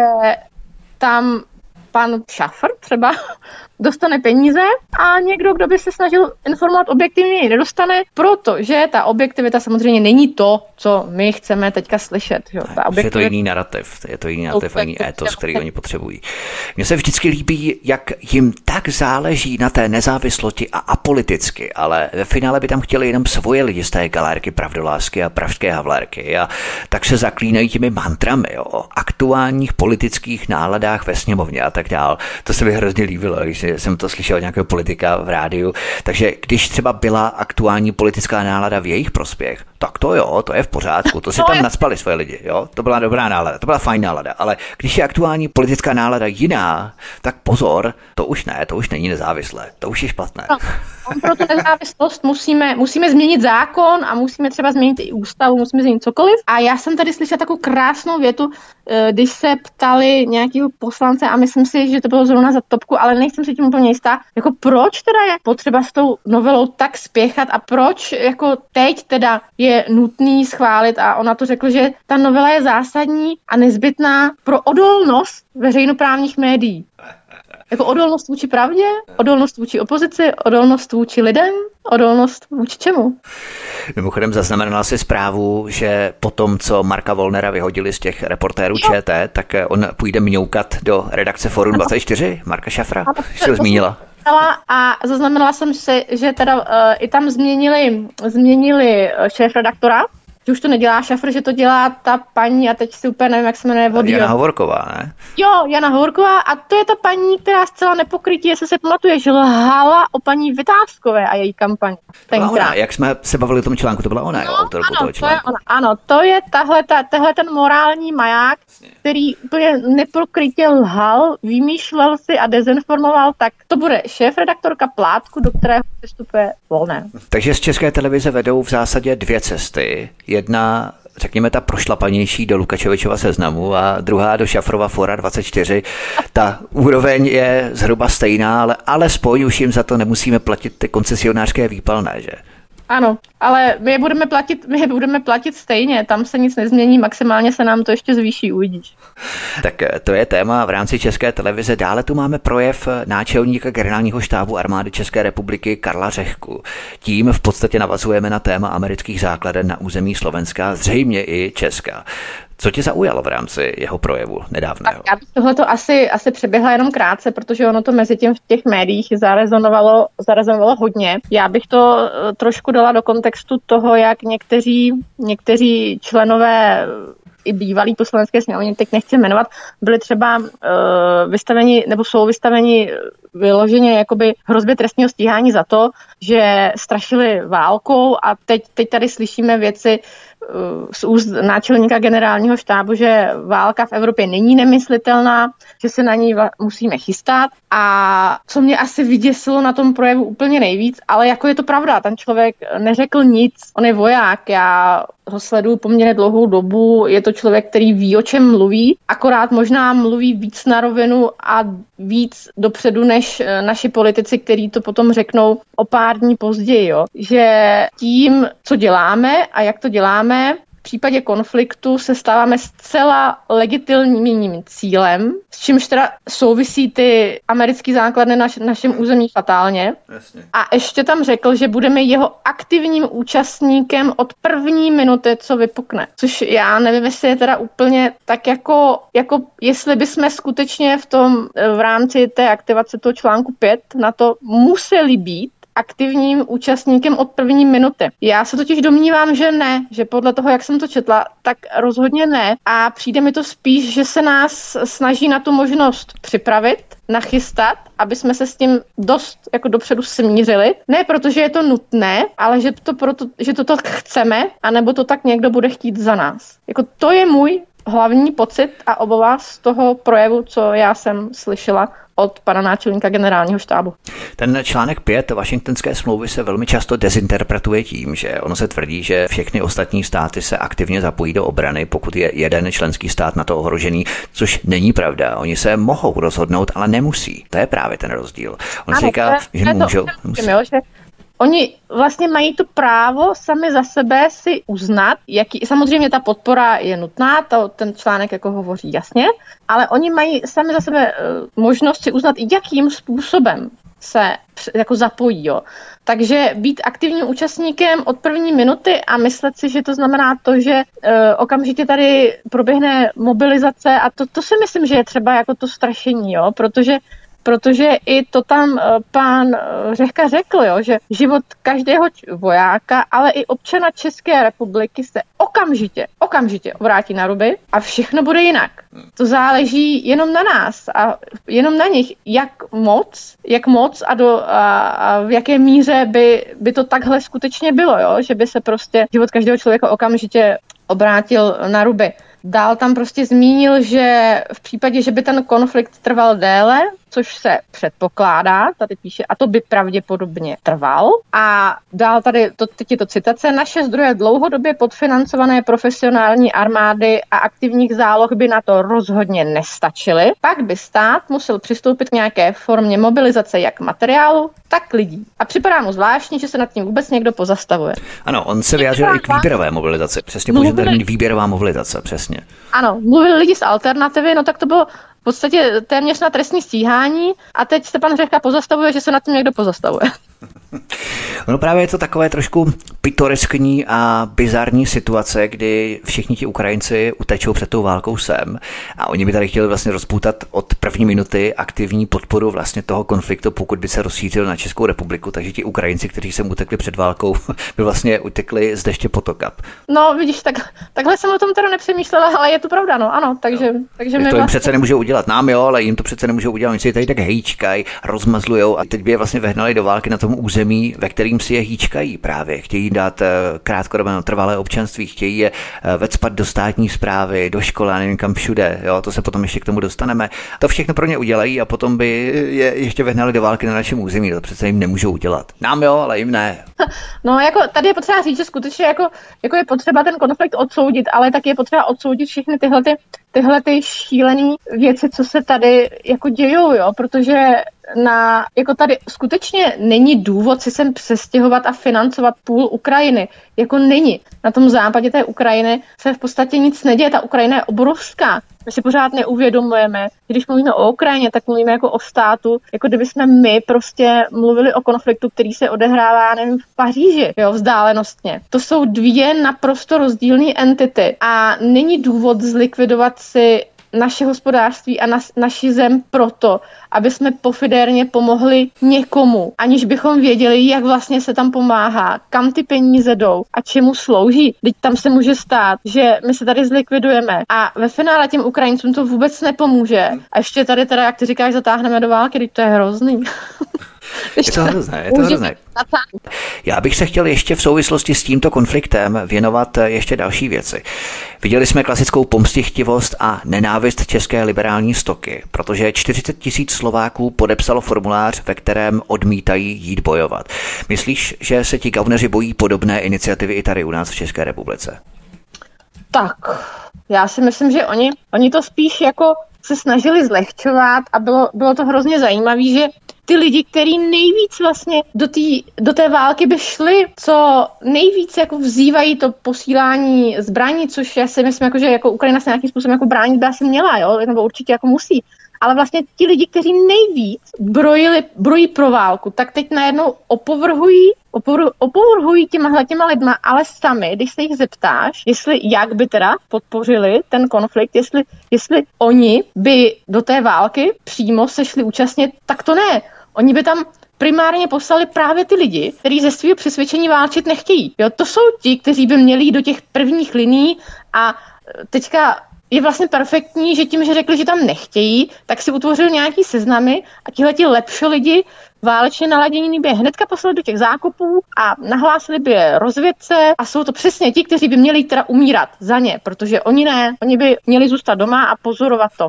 tam pan Šafr třeba dostane peníze a někdo, kdo by se snažil informovat objektivně, ji nedostane, protože ta objektivita samozřejmě není to, co my chceme teďka slyšet. Jo? Ta objektivita... Je to jiný narrativ, je to jiný narrativ, jiný étos, který oni potřebují. Mně se vždycky líbí, jak jim tak záleží na té nezávislosti a apoliticky, ale ve finále by tam chtěli jenom svoje lidi z té galérky pravdolásky a pražské havlérky a tak se zaklínají těmi mantrami jo, o aktuálních politických náladách ve sněmovně a tak dál. To se mi hrozně líbilo, když jsem to slyšel od nějakého politika v rádiu. Takže když třeba byla aktuální politická nálada v jejich prospěch, tak to jo, to je v pořádku, to si tam nacpali svoje lidi, jo, to byla dobrá nálada, to byla fajn nálada, ale když je aktuální politická nálada jiná, tak pozor, to už ne, to už není nezávislé, to už je špatné. No, pro tu nezávislost musíme, musíme změnit zákon a musíme třeba změnit i ústavu, musíme změnit cokoliv. A já jsem tady slyšela takovou krásnou větu, když se ptali nějakého poslance a myslím si, že to bylo zrovna za topku, ale nejsem si tím úplně jistá, jako proč teda je potřeba s tou novelou tak spěchat a proč jako teď teda je nutný schválit a ona to řekla, že ta novela je zásadní a nezbytná pro odolnost veřejnoprávních médií. Jako odolnost vůči pravdě, odolnost vůči opozici, odolnost vůči lidem, odolnost vůči čemu? Mimochodem zaznamenala si zprávu, že po tom, co Marka Wollnera vyhodili z těch reportérů jo. ČT, tak on půjde mňoukat do redakce Forum dvacet čtyři, Marka Šafra, když ho zmínila. A zaznamenala jsem si, že teda uh, i tam změnili, změnili šéfredaktora že už to nedělá Šafr, že to dělá ta paní, a teď si úplně nevím, jak se jmenuje Vodíl. Jana Hovorková, ne? Jo, Jana Hovorková, a to je ta paní, která zcela nepokrytě, jestli se pamatuje, že lhala o paní Vytázkové a její kampaň. Ona, jak jsme se bavili o tom článku, to byla ona, no, jo, autorkou toho článku. To je ona. Ano, to je tahle, ta, tahle ten morální maják, který úplně nepokrytě lhal, vymýšlel si a dezinformoval, tak to bude šéfredaktorka Plátku, do kterého přistupuje Volné. Takže z České televize vedou v zásadě dvě cesty. Jedna, řekněme, ta prošlapanější do Lukačevičova Seznamu a druhá do Šafrova Fóra dvacet čtyři. Ta úroveň je zhruba stejná, ale alespoň už jim za to nemusíme platit ty koncesionářské výpalné, že? Ano, ale my je budeme platit, my je budeme platit stejně, tam se nic nezmění, maximálně se nám to ještě zvýší, uvidíš. Tak to je téma v rámci České televize. Dále tu máme projev náčelníka generálního štábu armády České republiky Karla Řehku. Tím v podstatě navazujeme na téma amerických základen na území Slovenska, zřejmě i Česka. Co tě zaujalo v rámci jeho projevu nedávného? Já bych tohleto asi, asi přeběhla jenom krátce, protože ono to mezi tím v těch médiích zarezonovalo, zarezonovalo hodně. Já bych to trošku dala do kontextu toho, jak někteří, někteří členové i bývalí poslanecké sněmovny, teď nechci jmenovat, byli třeba uh, vystaveni, nebo jsou vystaveni vyloženě jakoby hrozbě trestního stíhání za to, že strašili válkou, a teď, teď tady slyšíme věci uh, z úst náčelníka generálního štábu, že válka v Evropě není nemyslitelná, že se na ní musíme chystat. A co mě asi vyděsilo na tom projevu úplně nejvíc, ale jako je to pravda, ten člověk neřekl nic, on je voják, já ho sleduju poměrně dlouhou dobu, je to člověk, který ví, o čem mluví, akorát možná mluví víc na rovinu a víc dopředu než naši politici, kteří to potom řeknou o pár dní později, jo. Že tím, co děláme a jak to děláme, v případě konfliktu se stáváme zcela legitimním cílem, s čímž teda souvisí ty americké základny na našem území fatálně. Jasně. A ještě tam řekl, že budeme jeho aktivním účastníkem od první minuty, co vypukne. Což já nevím, jestli je teda úplně tak jako, jako jestli bychom skutečně v tom, v rámci té aktivace toho článku pět na to museli být aktivním účastníkem od první minuty. Já se totiž domnívám, že ne, že podle toho, jak jsem to četla, tak rozhodně ne. A přijde mi to spíš, že se nás snaží na tu možnost připravit, nachystat, aby jsme se s tím dost jako dopředu smířili. Ne protože je to nutné, ale že to, proto, že to tak chceme, anebo to tak někdo bude chtít za nás. Jako to je můj hlavní pocit a obava z toho projevu, co já jsem slyšela od pana náčelníka generálního štábu. Ten článek pět Washingtonské smlouvy se velmi často dezinterpretuje tím, že ono se tvrdí, že všechny ostatní státy se aktivně zapojí do obrany, pokud je jeden členský stát na to ohrožený, což není pravda. Oni se mohou rozhodnout, ale nemusí. To je právě ten rozdíl. On se říká, že můžou. Musí. Oni vlastně mají to právo sami za sebe si uznat, jaký, samozřejmě ta podpora je nutná, to, ten článek jako hovoří jasně, ale oni mají sami za sebe uh, možnost si uznat, jakým způsobem se jako zapojí. Jo. Takže být aktivním účastníkem od první minuty a myslet si, že to znamená to, že uh, okamžitě tady proběhne mobilizace, a to, to si myslím, že je třeba jako to strašení, jo, protože Protože i to tam pán Řehka řekl, jo, že život každého vojáka, ale i občana České republiky se okamžitě, okamžitě obrátí na ruby a všechno bude jinak. To záleží jenom na nás a jenom na nich, jak moc, jak moc a, do, a, a v jaké míře by, by to takhle skutečně bylo, jo, že by se prostě život každého člověka okamžitě obrátil na ruby. Dál tam prostě zmínil, že v případě, že by ten konflikt trval déle, což se předpokládá, tady píše, a to by pravděpodobně trval. A dál tady, to, teď je to citace, naše zdroje dlouhodobě podfinancované profesionální armády a aktivních záloh by na to rozhodně nestačily. Pak by stát musel přistoupit k nějaké formě mobilizace jak materiálu, tak lidí. A připadá mu zvláštní, že se nad tím vůbec někdo pozastavuje. Ano, on se vyjádřil i k výběrové mobilizaci. Přesně použil termín výběrová mobilizace, přesně. Ano, mluvili lidi z alternativy, no tak to bylo v podstatě téměř na trestní stíhání a teď se pan Řehka pozastavuje, že se nad tím někdo pozastavuje. No právě je to takové trošku pitoreskní a bizarní situace, kdy všichni ti Ukrajinci utečou před tou válkou sem a oni by tady chtěli vlastně rozpoutat od první minuty aktivní podporu vlastně toho konfliktu, pokud by se rozšířil na Českou republiku, takže ti Ukrajinci, kteří sem utekli před válkou, by vlastně utekli z deště potoka. No vidíš, tak, takhle jsem o tom teda nepřemýšlela, ale je to pravda, no ano, takže... No. takže to jim vlastně... přece nemůžou udělat nám, jo, ale jim to přece nemůžou udělat, oni si tady tak hejčkají, rozmazlujou a teď by je vlastně vehnali do války na tom území, ve kterým si je hýčkají právě. Chtějí dát krátkodobé trvalé občanství, chtějí je vecpat do státní správy, do školy, nevím kam všude, jo, to se potom ještě k tomu dostaneme. To všechno pro ně udělají a potom by je ještě vehnali do války na našem území, to přece jim nemůžou udělat. Nám jo, ale jim ne. No jako tady je potřeba říct, že skutečně jako, jako je potřeba ten konflikt odsoudit, ale tak je potřeba odsoudit všechny tyhle ty, tyhle ty šílené věci, co se tady jako dějou, jo, protože na, jako tady skutečně není důvod si sem přestěhovat a financovat půl Ukrajiny. Jako není. Na tom západě té Ukrajiny se v podstatě nic neděje. Ta Ukrajina je obrovská. My si pořád neuvědomujeme. Když mluvíme o Ukrajině, tak mluvíme jako o státu, jako kdyby jsme my prostě mluvili o konfliktu, který se odehrává, nevím, v Paříži, jo, vzdálenostně. To jsou dvě naprosto rozdílné entity a není důvod zlikvidovat si naše hospodářství a nas, naši zem proto, aby jsme pofidérně pomohli někomu, aniž bychom věděli, jak vlastně se tam pomáhá, kam ty peníze jdou a čemu slouží. Teď tam se může stát, že my se tady zlikvidujeme a ve finále těm Ukrajincům to vůbec nepomůže. A ještě tady teda, jak ty říkáš, zatáhneme do války, teď to je hrozný. Je to hrozné, je to hrozné. Já bych se chtěl ještě v souvislosti s tímto konfliktem věnovat ještě další věci. Viděli jsme klasickou pomstychtivost a nenávist české liberální stoky, protože čtyřicet tisíc Slováků podepsalo formulář, ve kterém odmítají jít bojovat. Myslíš, že se ti gauneři bojí podobné iniciativy i tady u nás v České republice? Tak, já si myslím, že oni, oni to spíš jako se snažili zlehčovat a bylo, bylo to hrozně zajímavé, že ty lidi, kteří nejvíc vlastně do, tý, do té války by šli, co nejvíc jako vzývají to posílání zbraní, což já si myslím, jako, že jako Ukrajina se nějakým způsobem jako bránit by asi měla, jo? Nebo určitě jako musí. Ale vlastně ti lidi, kteří nejvíc brojili, brojí pro válku, tak teď najednou opovrhují, opovrhují, opovrhují těma, těma lidma, ale sami, když se jich zeptáš, jestli jak by teda podpořili ten konflikt, jestli, jestli oni by do té války přímo se šli účastnit, tak to ne. Oni by tam primárně poslali právě ty lidi, kteří ze svého přesvědčení válčit nechtějí. Jo, to jsou ti, kteří by měli jít do těch prvních liní a teďka je vlastně perfektní, že tím, že řekli, že tam nechtějí, tak si utvořili nějaký seznamy a tihleti lepší lidi válečně naladění by je hnedka poslali do těch zákopů a nahlásili by je rozvědce a jsou to přesně ti, kteří by měli teda umírat za ně, protože oni ne, oni by měli zůstat doma a pozorovat to.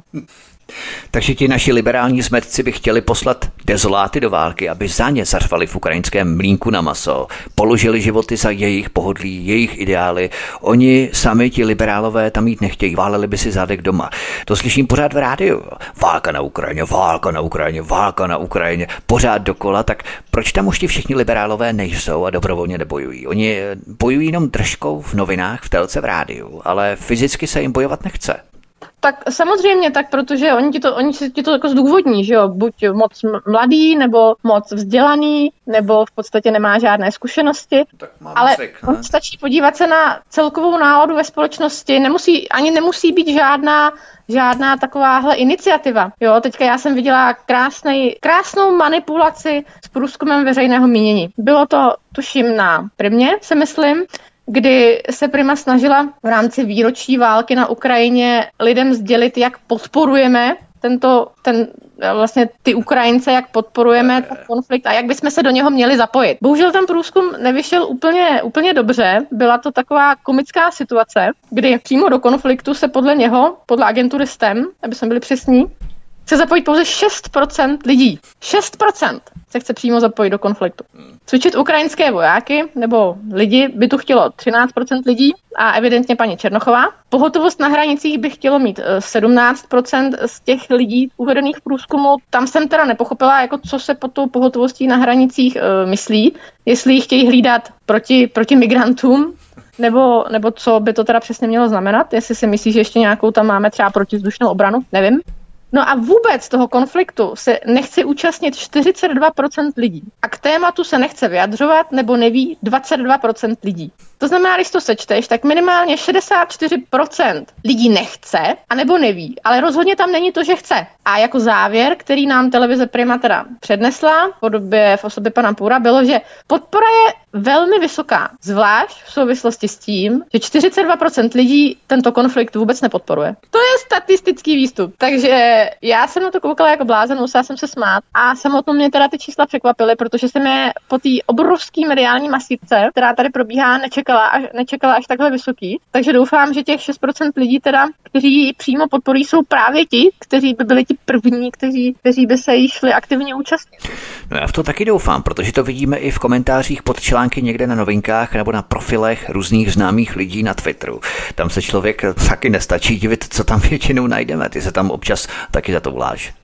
Takže ti naši liberální zmetci by chtěli poslat dezoláty do války, aby za ně zařvali v ukrajinském mlýnku na maso, položili životy za jejich pohodlí, jejich ideály. Oni sami, ti liberálové, tam jít nechtějí, váleli by si zádek doma. To slyším pořád v rádiu. Válka na Ukrajině, válka na Ukrajině, válka na Ukrajině, pořád dokola. Tak proč tam už ti všichni liberálové nejsou a dobrovolně nebojují? Oni bojují jenom držkou v novinách, v telce, v rádiu, ale fyzicky se jim bojovat nechce. Tak samozřejmě, tak protože oni ti to, oni si ti to jako zdůvodní, že jo, buď moc mladý, nebo moc vzdělaný, nebo v podstatě nemá žádné zkušenosti, ale zvyk, stačí podívat se na celkovou náladu ve společnosti, nemusí, ani nemusí být žádná, žádná takováhle iniciativa, jo, teďka já jsem viděla krásnej, krásnou manipulaci s průzkumem veřejného mínění. Bylo to, tuším, na Primě, se myslím, kdy se Prima snažila v rámci výročí války na Ukrajině lidem sdělit, jak podporujeme tento, ten, vlastně ty Ukrajince, jak podporujeme ten konflikt a jak bychom se do něho měli zapojit. Bohužel ten průzkum nevyšel úplně, úplně dobře. Byla to taková komická situace, kdy přímo do konfliktu se podle něho, podle agentury S T E M, aby jsme byli přesní, chce zapojit pouze šest procent lidí. šest procent se chce přímo zapojit do konfliktu. Cvičit ukrajinské vojáky nebo lidi by tu chtělo třináct procent lidí a evidentně paní Černochová. Pohotovost na hranicích by chtělo mít sedmnáct procent z těch lidí uvedených v průzkumu. Tam jsem teda nepochopila, jako co se pod tou pohotovostí na hranicích e, myslí. Jestli ji chtějí hlídat proti, proti migrantům, nebo, nebo co by to teda přesně mělo znamenat. Jestli si myslí, že ještě nějakou tam máme třeba protivzdušnou obranu, nevím. No a vůbec toho konfliktu se nechce účastnit čtyřicet dva procent lidí. A k tématu se nechce vyjadřovat nebo neví dvacet dva procent lidí. To znamená, když to sečteš, tak minimálně šedesát čtyři procent lidí nechce, anebo neví, ale rozhodně tam není to, že chce. A jako závěr, který nám televize Prima teda přednesla v podobě v osobě pana Půra, bylo, že podpora je velmi vysoká, zvlášť v souvislosti s tím, že čtyřicet dva procent lidí tento konflikt vůbec nepodporuje. To je statistický výstup, takže já jsem na to koukala jako blázen, musela jsem se smát a samotnou mě teda ty čísla překvapily, protože jsem je po té obrovské mediální masívce, která tady probíhá, nečekala až, nečekala až takhle vysoký. Takže doufám, že těch šest procent lidí teda, kteří přímo podporují, jsou právě ti, kteří by byli ti první, kteří, kteří by se jí šli aktivně účastnit. No já v to taky doufám, protože to vidíme i v komentářích pod články někde na Novinkách nebo na profilech různých známých lidí na Twitteru. Tam se člověk taky nestačí divit, co tam většinou najdeme. Ty se tam občas taky za to vláš.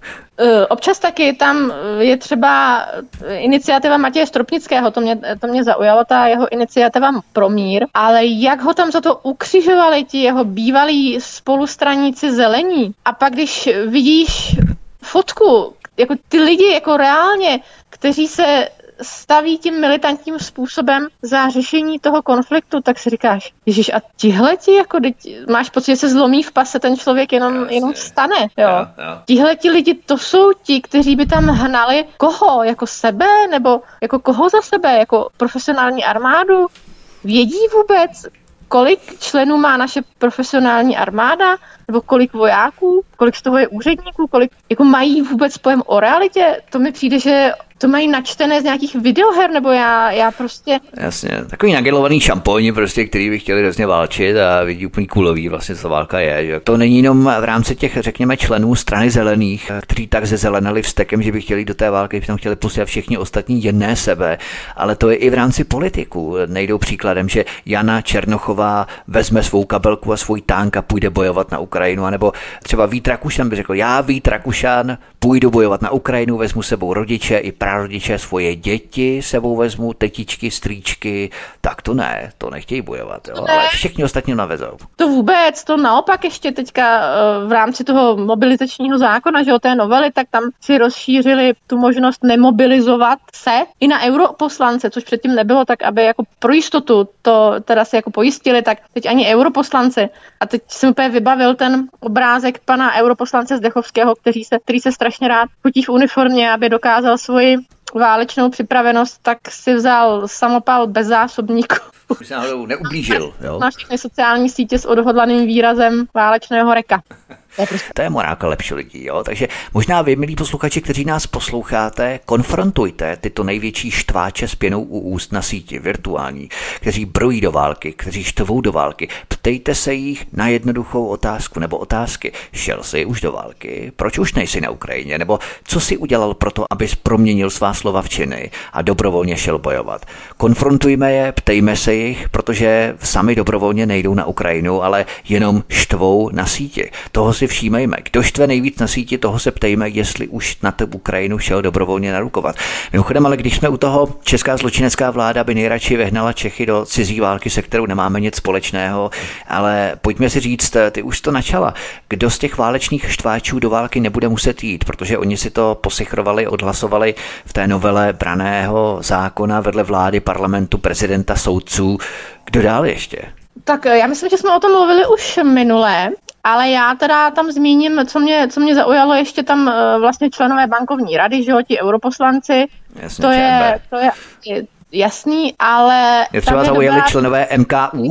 Občas taky tam je třeba iniciativa Matěje Stropnického, to mě, to mě zaujalo, ta jeho iniciativa pro mír, ale jak ho tam za to ukřižovali ti jeho bývalí spolustraníci zelení. A pak když vidíš fotku, jako ty lidi jako reálně, kteří se staví tím militantním způsobem za řešení toho konfliktu, tak si říkáš, ježiš, a tihleti, jako máš pocit, že se zlomí v pase, ten člověk jenom, jenom vstane, jo. jo, jo. Tihleti lidi, to jsou ti, kteří by tam hnali koho, jako sebe, nebo jako koho za sebe, jako profesionální armádu? Vědí vůbec, kolik členů má naše profesionální armáda, nebo kolik vojáků, kolik z toho je úředníků, kolik jako mají vůbec pojem o realitě? To mi přijde, že to mají načtené z nějakých videoher, nebo já, já prostě... Jasně, takový nagelovaný šamponi, prostě, který by chtěli hrozně válčit a vidí úplně kulový, vlastně co válka je. Že? To není jenom v rámci těch, řekněme, členů strany zelených, kteří tak zezelenali vztekem, že by chtěli do té války, by tam chtěli pustit všichni ostatní jedné sebe, ale to je i v rámci politiků. Nejdou příkladem, že Jana Černochová vezme svou kabelku a svůj tank a půjde bojovat na Ukrajinu, anebo třeba Vít Rakušan by řekl, já Vít Rakušan půjdu bojovat na Ukrajinu, vezmu sebou rodiče i prarodiče, svoje děti sebou vezmu, tetičky, strýčky, tak to ne, to nechtějí bojovat, jo, ne. Ale všichni ostatní navezou. To vůbec, to naopak ještě teďka v rámci toho mobilizačního zákona, že o té novely, tak tam si rozšířili tu možnost nemobilizovat se i na europoslance, což předtím nebylo, tak aby jako pro jistotu to teda si jako pojistili, tak teď ani europoslanci. A teď jsem úplně vybavil ten obrázek pana europoslance Zdechovského, který se, který se strašně rád chodí v uniformě, aby dokázal svoji válečnou připravenost, tak si vzal samopal bez zásobníků. Už se náhodou neublížil, jo? Na všechny sociální sítě s odhodlaným výrazem válečného reka. To je, prostě... to je morálka lepší lidí, jo? Takže možná vy, milí posluchači, kteří nás posloucháte, konfrontujte tyto největší štváče s pěnou u úst na síti virtuální, kteří brojí do války, kteří štvou do války. Ptejte se jich na jednoduchou otázku nebo otázky. Šel jsi už do války? Proč už nejsi na Ukrajině? Nebo co jsi udělal pro to, abys proměnil svá slova v činy a dobrovolně šel bojovat? Konfrontujme je, ptejme se jich, protože sami dobrovolně nejdou na Ukrajinu, ale jenom štvou na síti. Toho si všímejme. Kdo štve nejvíc na síti, toho se ptejme, jestli už na tu Ukrajinu šel dobrovolně narukovat. Mimochodem, ale když jsme u toho, česká zločinecká vláda by nejradši vehnala Čechy do cizí války, se kterou nemáme nic společného, ale pojďme si říct, ty už to načala. Kdo z těch válečných štváčů do války nebude muset jít, protože oni si to posichrovali, odhlasovali v té novele branného zákona vedle vlády, parlamentu, prezidenta, soudců. Kdo dál ještě? Tak já myslím, že jsme o tom mluvili už minule, ale já teda tam zmíním, co mě, co mě zaujalo, ještě tam vlastně členové bankovní rady, že jo, ti europoslanci. Jasně, to, je, to je jasný, ale... Je třeba zaujali dobrá... členové M K U.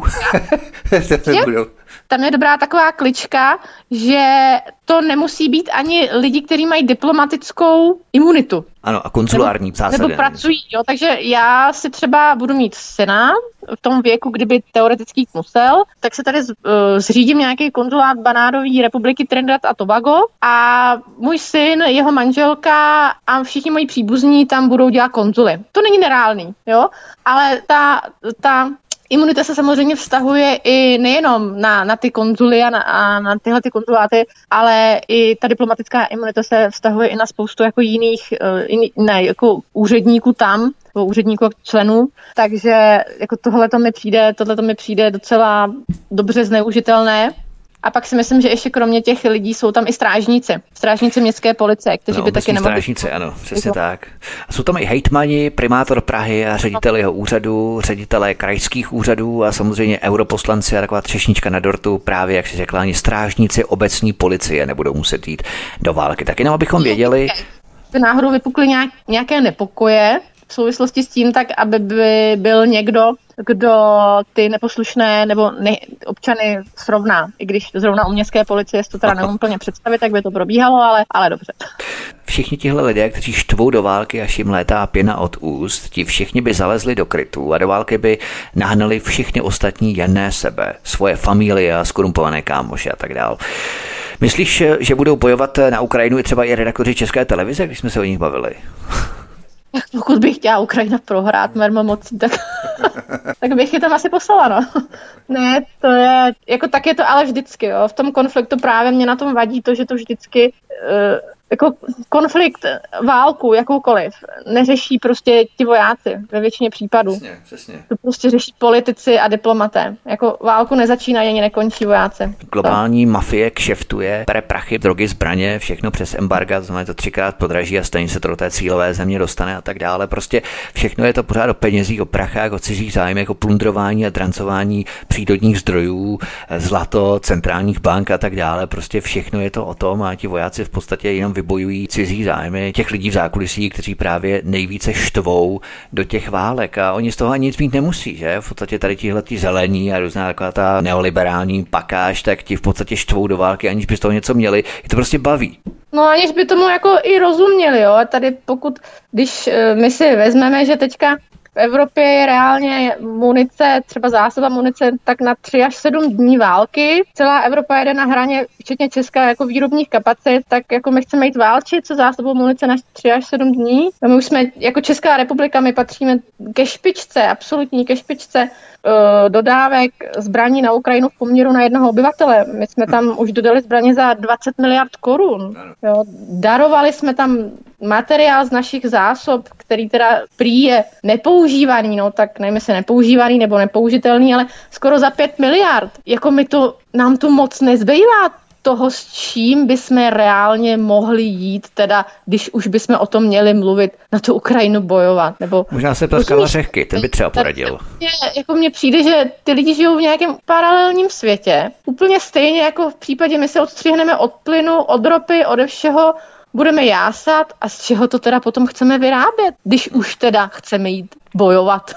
Tam je dobrá taková klička, že to nemusí být ani lidi, kteří mají diplomatickou imunitu. Ano, a konzulární v zásadě. Nebo pracují, jo, takže já si třeba budu mít syna v tom věku, kdyby teoreticky musel, tak se tady uh, zřídím nějaký konzulát Banánové republiky Trinidad a Tobago a můj syn, jeho manželka a všichni moji příbuzní tam budou dělat konzuly. To není nereálný, jo, ale ta, ta imunita se samozřejmě vztahuje i nejenom na, na ty konzuly a na, a na tyhle ty konzuláty, ale i ta diplomatická imunita se vztahuje i na spoustu jako jiných uh, ne, jako úředníků tam, nebo úředníků a členů, takže jako tohle to mi přijde, tohle to mi přijde docela dobře zneužitelné. A pak si myslím, že ještě kromě těch lidí jsou tam i strážníci. Strážníci městské policie, kteří no, by taky nemohli. Strážníci, ano, přesně tak. A jsou tam i hejtmani, primátor Prahy a ředitel jeho úřadu, ředitelé krajských úřadů a samozřejmě europoslanci a taková třešnička na dortu, právě jak si řekla, ani strážníci obecní policie nebudou muset jít do války. Tak jenom abychom věděli. By náhodou vypukly nějak, nějaké nepokoje v souvislosti s tím, tak aby by byl někdo, kdo ty neposlušné nebo ne, občany srovná. I když zrovna u městské policie to teda nemůžu úplně představit, jak by to probíhalo, ale, ale dobře. Všichni tihle lidé, kteří štvou do války, až jim létá pěna od úst, ti všichni by zalezli do krytů a do války by nahnali všichni ostatní, jen ne sebe, svoje familie a skorumpované kámoše a tak dál. Myslíš, že budou bojovat na Ukrajinu i třeba i redaktoři České televize, když jsme se o nich bavili? Pokud bych chtěla Ukrajina prohrát mermo mocí, tak, tak bych je tam asi poslala, no. Ne, to je, jako tak je to ale vždycky, jo. V tom konfliktu právě mě na tom vadí to, že to vždycky, uh, jako konflikt, válku, jakoukoliv, neřeší prostě ti vojáci ve většině případů. Přesně, přesně. To prostě řeší politici a diplomaté. Jako válku nezačínají ani nekončí vojáci. Globální to. Mafie kšeftuje, bere prachy, drogy, zbraně, všechno přes embarga, znamená to třikrát podraží a stejně se to do té cílové země dostane a tak dále. Prostě všechno je to pořád o penězích, o prachách, o cizích zájmech, o plundrování a drancování přírodních zdrojů, zlato, centrálních bank a tak dále. Prostě všechno je to o tom a ti vojáci v podstatě jenom vybojují cizí zájmy těch lidí v zákulisí, kteří právě nejvíce štvou do těch válek a oni z toho ani nic mít nemusí, že? V podstatě tady tihleti zelení a různá taková ta neoliberální pakáž, tak ti v podstatě štvou do války, aniž by z toho něco měli. Je to prostě baví. No aniž by tomu jako i rozuměli, jo. A tady pokud, když my si vezmeme, že teďka v Evropě je reálně munice, třeba zásoba munice, tak na tři až sedm dní války. Celá Evropa jede na hraně, včetně Česka, jako výrobních kapacit, tak jako my chceme jít válčit se zásobou munice na tři až sedm dní. A my už jsme, jako Česká republika, my patříme ke špičce, absolutní ke špičce uh, dodávek zbraní na Ukrajinu v poměru na jednoho obyvatele. My jsme tam už dodali zbraně za dvacet miliard korun. Jo. Darovali jsme tam materiál z našich zásob, který teda prý je nepoužívaný, no tak nevím, jestli nepoužívaný nebo nepoužitelný, ale skoro za pět miliard. Jako mi to, nám tu moc nezbývá toho, s čím bychom reálně mohli jít, teda když už bychom o tom měli mluvit, na tu Ukrajinu bojovat. Nebo možná se Pascala Řehky, ten by třeba poradil. Je, jako mně přijde, že ty lidi žijou v nějakém paralelním světě. Úplně stejně jako v případě, my se odstřihneme od plynu, od ropy, ode všeho, budeme jásat a z čeho to teda potom chceme vyrábět, když už teda chceme jít bojovat.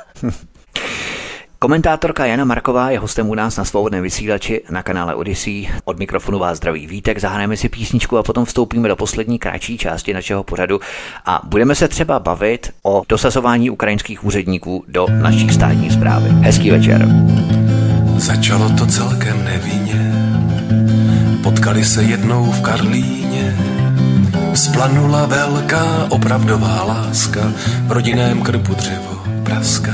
Komentátorka Jana Marková je hostem u nás na Svobodném vysílači na kanále Odyssey. Od mikrofonu vás zdraví Vítek, zahrajeme si písničku a potom vstoupíme do poslední kratší části našeho pořadu a budeme se třeba bavit o dosazování ukrajinských úředníků do naší státní správy. Hezký večer. Začalo to celkem nevinně, potkali se jednou v Karlíně, splanula velká opravdová láska, v rodinném krbu dřevo praská.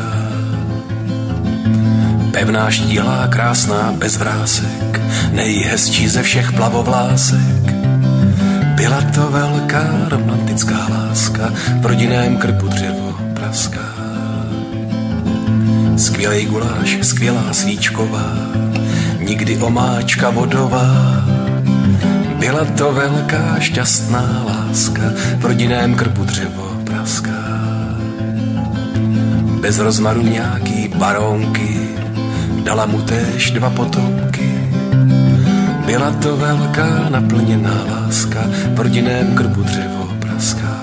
Pevná, štíhlá, krásná, bez vrásek, nejhezčí ze všech plavovlásek. Byla to velká romantická láska, v rodinném krbu dřevo praská. Skvělej guláš, skvělá svíčková, nikdy omáčka vodová. Byla to velká šťastná láska, v rodinném krbu dřevo praská. Bez rozmaru nějaký baronky, dala mu též dva potomky. Byla to velká naplněná láska, v rodinném krbu dřevo praská.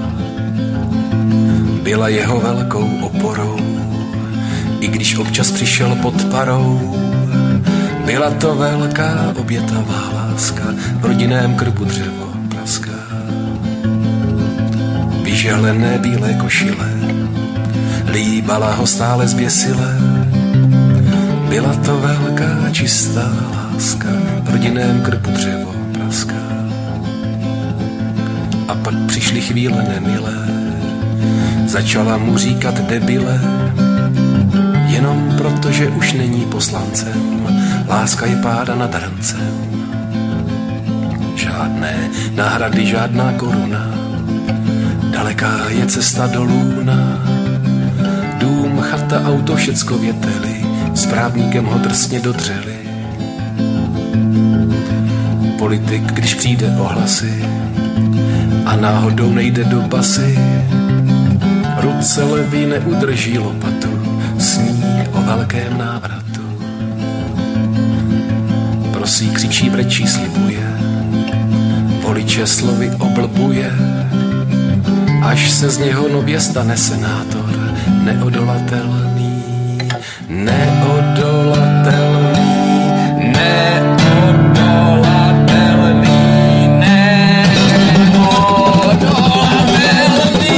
Byla jeho velkou oporou, i když občas přišel pod parou. Byla to velká obětavá láska, v rodinném krbu dřevo praská. Vyžehlené bílé košile, líbala ho stále zběsile. Byla to velká čistá láska, v rodinném krbu dřevo praská. A pak přišly chvíle nemilé, začala mu říkat debile, jenom proto, že už není poslancem, láska je páda nad hrancem. Žádné náhrady, žádná koruna, daleká je cesta do lůna. Dům, chata, auto, všecko věteli, s právníkem ho drsně dodřeli. politik, když přijde o hlasy a náhodou nejde do basy. Ruce levý neudrží lopatu, sní o velkém návratu. Prosí, křičí, brečí, slibuje, voliče slovy oblbuje, až se z něho nově stane senátor, neodolatelný, neodolatelný, neodolatelný, neodolatelný.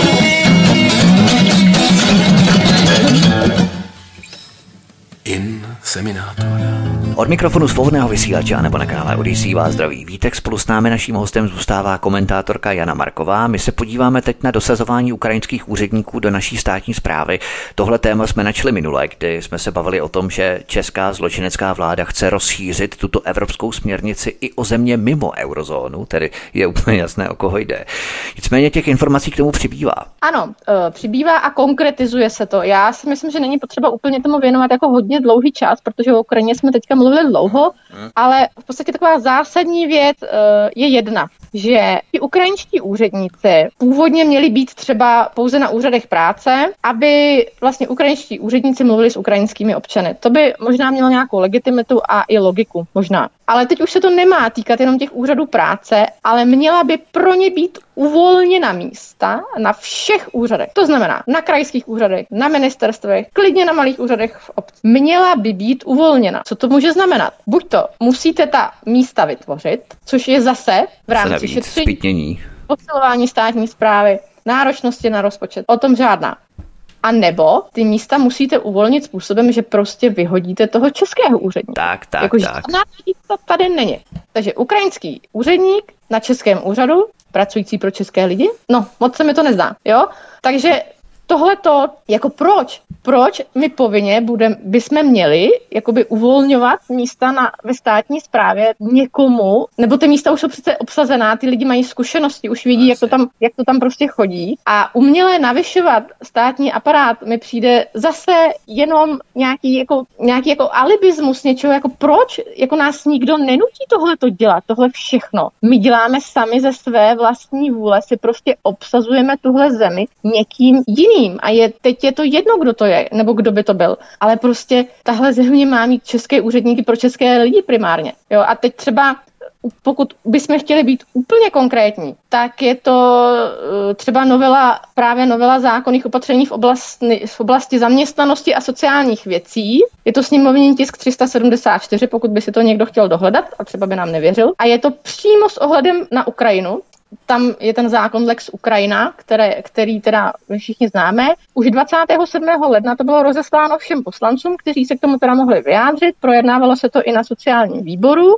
Inseminátor. Od mikrofonu svobodného vysílače nebo na kanále Odyssey vás zdraví Vítek. Spolu s námi naším hostem zůstává komentátorka Jana Marková. My se podíváme teď na dosazování ukrajinských úředníků do naší státní správy. Tohle téma jsme načali minule, kdy jsme se bavili o tom, že česká zločinecká vláda chce rozšířit tuto evropskou směrnici i o země mimo eurozónu, tedy je úplně jasné, o koho jde. Nicméně těch informací k tomu přibývá. Ano, přibývá a konkretizuje se to. Já si myslím, že není potřeba úplně tomu věnovat jako hodně dlouhý čas, protože o Ukrajině jsme teďka mluvili dlouho, hmm. ale v podstatě taková zásadní věc uh, je jedna, že ti ukrajinští úředníci původně měli být třeba pouze na úřadech práce, aby vlastně ukrajinští úředníci mluvili s ukrajinskými občany. To by možná mělo nějakou legitimitu a i logiku, možná. Ale teď už se to nemá týkat jenom těch úřadů práce, ale měla by pro ně být uvolněna místa na všech úřadech. To znamená na krajských úřadech, na ministerstvech, klidně na malých úřadech v obci. Měla by být uvolněna. Co to může znamenat? Buď to musíte ta místa vytvořit, což je zase v rámci šetření, posilování státní správy, náročnosti na rozpočet. O tom žádná. A nebo ty místa musíte uvolnit způsobem, že prostě vyhodíte toho českého úředníka. Tak, tak, jako, tak. To tady není. Takže ukrajinský úředník na českém úřadu, pracující pro české lidi, no, moc se mi to nezdá, jo? Takže tohleto, jako proč? Proč my povinně budem, bychom měli jakoby uvolňovat místa na, ve státní správě někomu, nebo ty místa už jsou přece obsazená, ty lidi mají zkušenosti, už vidí, jak to, tam, jak to tam prostě chodí. A uměle navyšovat státní aparát mi přijde zase jenom nějaký jako, nějaký jako alibismus něčeho, jako proč? Jako nás nikdo nenutí tohleto dělat, tohle všechno. My děláme sami ze své vlastní vůle, si prostě obsazujeme tuhle zemi někým jiným. A je, teď je to jedno, kdo to je, nebo kdo by to byl. Ale prostě tahle země má mít české úředníky pro české lidi primárně. Jo, a teď třeba, pokud bychom chtěli být úplně konkrétní, tak je to třeba novela, právě novela zákonných opatření v oblasti, v oblasti zaměstnanosti a sociálních věcí. Je to sněmovní tisk tři sta sedmdesát čtyři, pokud by si to někdo chtěl dohledat a třeba by nám nevěřil. A je to přímo s ohledem na Ukrajinu. Tam je ten zákon Lex Ukrajina, které, který teda všichni známe. Už dvacátého sedmého ledna to bylo rozesláno všem poslancům, kteří se k tomu teda mohli vyjádřit. Projednávalo se to i na sociálním výboru.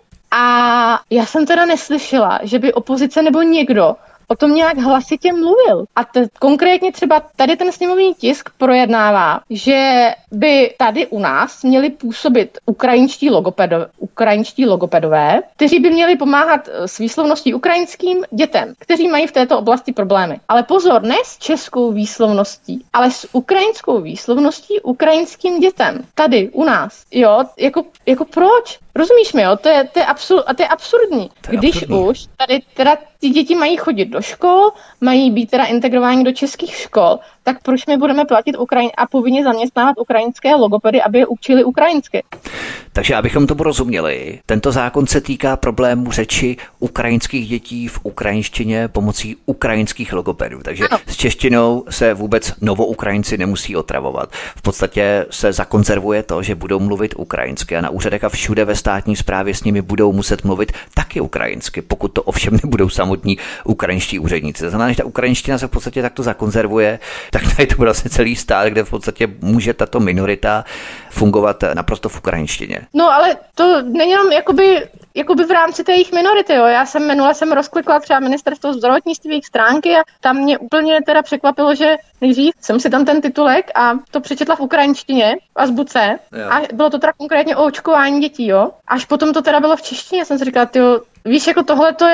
A já jsem teda neslyšela, že by opozice nebo někdo o tom nějak hlasitě mluvil. A t- konkrétně třeba tady ten sněmovní tisk projednává, že by tady u nás měli působit ukrajinští, logopedo- ukrajinští logopedové, kteří by měli pomáhat s výslovností ukrajinským dětem, kteří mají v této oblasti problémy. Ale pozor, ne s českou výslovností, ale s ukrajinskou výslovností ukrajinským dětem. Tady u nás. Jo, jako, jako proč? Rozumíš mi, jo? To je, to je, absur- a to je absurdní. To je Když absurdní. Už tady teda ty děti mají chodit do škol, mají být teda integrováni do českých škol, tak proč my budeme platit Ukrajin a povinně zaměstnávat ukrajinské logopedy, aby je učili ukrajinsky? Takže abychom tomu rozuměli, tento zákon se týká problému řeči ukrajinských dětí v ukrajinštině pomocí ukrajinských logopedů. Takže ano. S češtinou se vůbec novoukrajinci nemusí otravovat. V podstatě se zakonzervuje to, že budou mluvit ukrajinsky a na úřadech a všude ve státní správě s nimi budou muset mluvit taky ukrajinsky, pokud to ovšem nebudou samotní ukrajinští úředníci. To znamená, že ta ukrajinština se v podstatě takto zakonzervuje, tak tady to vlastně celý stát, kde v podstatě může tato minorita fungovat naprosto v ukrajinštině. No ale to není jenom jakoby, jakoby v rámci té jejich minority, jo. Já jsem minule jsem rozklikla třeba ministerstvo zdravotnictví, jejich stránky a tam mě úplně teda překvapilo, že nejdřív jsem si tam ten titulek a to přečetla v ukrajinštině, azbuce, a bylo to teda konkrétně o očkování dětí, jo. Až potom to teda bylo v češtině, jsem si říkala, tyjo, víš, jako tohle to je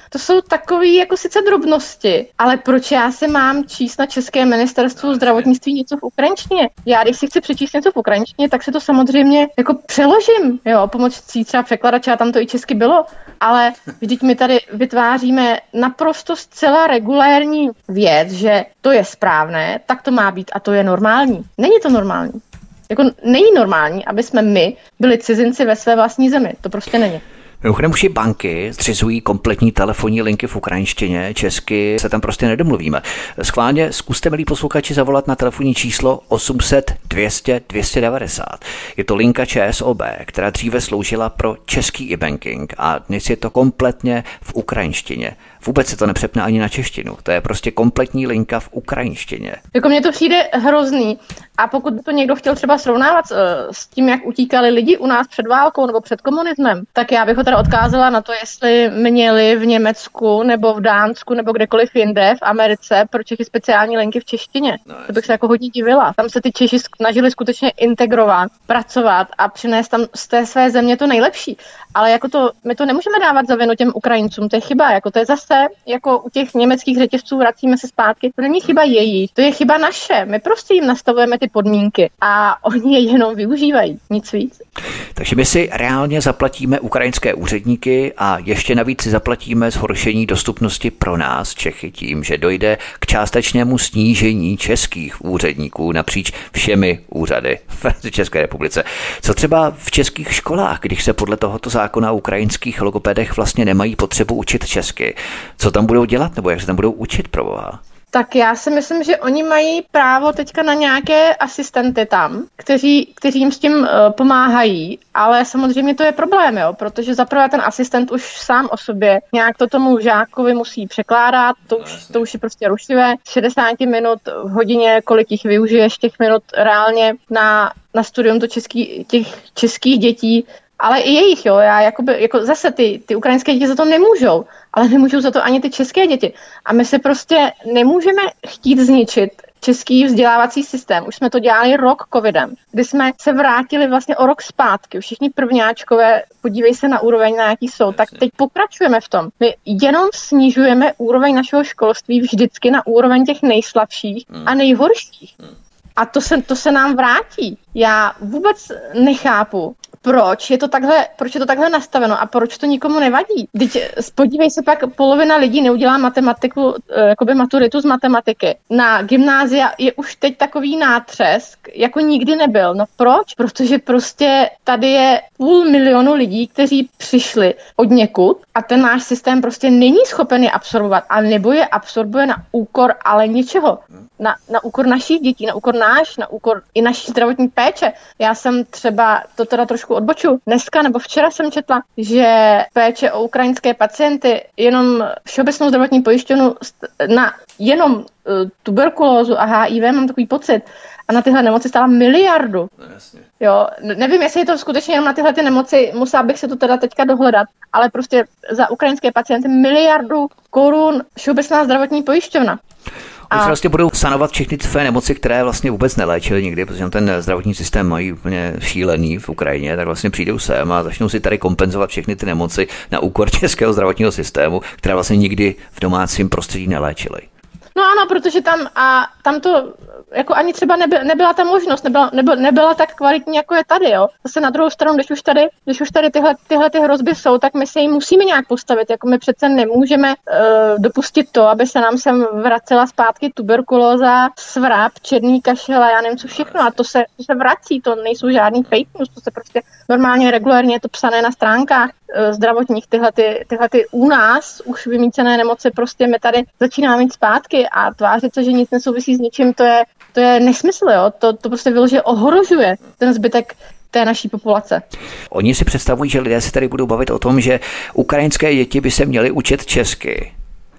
to jsou takový jako sice drobnosti, ale proč já se mám číst na České ministerstvu zdravotnictví něco v ukrajinštině? Já když si chci přečíst něco v ukrajinštině, tak si to samozřejmě jako přeložím, jo, pomocí třeba překladače, a tam to i česky bylo, ale vždyť my tady vytváříme naprosto zcela regulérní věc, že to je správné, tak to má být a to je normální. Není to normální. Jako není normální, aby jsme my byli cizinci ve své vlastní zemi. To prostě není. Mimochodem už i banky zřizují kompletní telefonní linky v ukrajinštině, česky se tam prostě nedomluvíme. Schválně zkuste, milí posluchači, zavolat na telefonní číslo osm set dvě stě dvě stě devadesát. Je to linka ČSOB, která dříve sloužila pro český e-banking a dnes je to kompletně v ukrajinštině. Vůbec se to nepřepne ani na češtinu. To je prostě kompletní linka v ukrajinštině. Jako mně to přijde hrozný. A pokud to někdo chtěl třeba srovnávat uh, s tím, jak utíkali lidi u nás před válkou nebo před komunismem, tak já bych ho teda odkázala na to, jestli měli v Německu nebo v Dánsku nebo kdekoliv jinde v Americe pro Čechy speciální linky v češtině. No, to bych se jako hodně divila. Tam se ty Češi snažili skutečně integrovat, pracovat a přinést tam z té své země to nejlepší. Ale jako to, my to nemůžeme dávat za vinu těm Ukrajincům, to je chyba. Jako to je zase jako u těch německých řetězců, vracíme se zpátky, to není chyba jejich, to je chyba naše. My prostě jim nastavujeme ty podmínky a oni je jenom využívají, nic víc. Takže my si reálně zaplatíme ukrajinské úředníky a ještě navíc si zaplatíme zhoršení dostupnosti pro nás Čechy tím, že dojde k částečnému snížení českých úředníků napříč všemi úřady v České republice. Co třeba v českých školách, když se podle tohoto zákona o ukrajinských logopedech vlastně nemají potřebu učit česky? Co tam budou dělat nebo jak se tam budou učit, proboha? Tak já si myslím, že oni mají právo teďka na nějaké asistenty tam, kteří, kteří jim s tím uh, pomáhají, ale samozřejmě to je problém, jo, protože zaprvé ten asistent už sám o sobě nějak to tomu žákovi musí překládat, to už, to už je prostě rušivé, šedesát minut v hodině, kolik jich využiješ těch minut reálně na, na studium to český, těch českých dětí, ale i jejich, jo, já jakoby, jako zase ty, ty ukrajinské děti za to nemůžou, ale nemůžou za to ani ty české děti. A my se prostě nemůžeme chtít zničit český vzdělávací systém. Už jsme to dělali rok covidem, kdy jsme se vrátili vlastně o rok zpátky. Všichni prvňáčkové, podívej se na úroveň, na jaký jsou, tak teď pokračujeme v tom. My jenom snižujeme úroveň našeho školství vždycky na úroveň těch nejslabších a nejhorších. A to se, to se nám vrátí. Já vůbec nechápu, proč je to takhle, proč je to takhle nastaveno a proč to nikomu nevadí. Teď podívej se, pak polovina lidí neudělá matematiku, jakoby maturitu z matematiky. Na gymnázia je už teď takový nátřesk, jako nikdy nebyl. No proč? Protože prostě tady je půl milionu lidí, kteří přišli od někud a ten náš systém prostě není schopen je absorbovat a nebo je absorbuje na úkor ale něčeho. Na, na úkor našich dětí, na úkor náš, na úkor i naší zdravotní péče. Já jsem třeba, to teda trošku odboču, dneska nebo včera jsem četla, že péče o ukrajinské pacienty jenom Všeobecnou zdravotní pojišťovnu na jenom uh, tuberkulózu a H I V, mám takový pocit, a na tyhle nemoci stála miliardu. No, jasně. Jo, nevím, jestli je to skutečně jenom na tyhle ty nemoci, musela bych se to teda teďka dohledat, ale prostě za ukrajinské pacienty miliardu korun Všeobecná zdravotní pojišťovna. Oni se vlastně budou sanovat všechny tvé nemoci, které vlastně vůbec neléčily nikdy, protože ten zdravotní systém mají úplně šílený v Ukrajině, tak vlastně přijdou sem a začnou si tady kompenzovat všechny ty nemoci na úkor českého zdravotního systému, které vlastně nikdy v domácím prostředí neléčily. No ano, protože tam a tam to jako ani třeba nebyla, nebyla ta možnost, nebyla, nebyla, nebyla tak kvalitní, jako je tady, jo. Zase na druhou stranu, když už tady, když už tady tyhle, tyhle ty hrozby jsou, tak my se jim musíme nějak postavit, jako my přece nemůžeme uh, dopustit to, aby se nám sem vracela zpátky tuberkulóza, svrap, černý kašel a já nevím co všechno a to se, to se vrací, to nejsou žádný fake news, to se prostě normálně regulárně je to psané na stránkách uh, zdravotních, tyhle, ty, tyhle ty u nás už vymýcené nemoci prostě my tady začínáme mít zpátky a tvářit se, že nic nesouvisí s ničím, to je, to je nesmysl, jo? To, to prostě vyloženě ohrožuje ten zbytek té naší populace. Oni si představují, že lidé se tady budou bavit o tom, že ukrajinské děti by se měly učit česky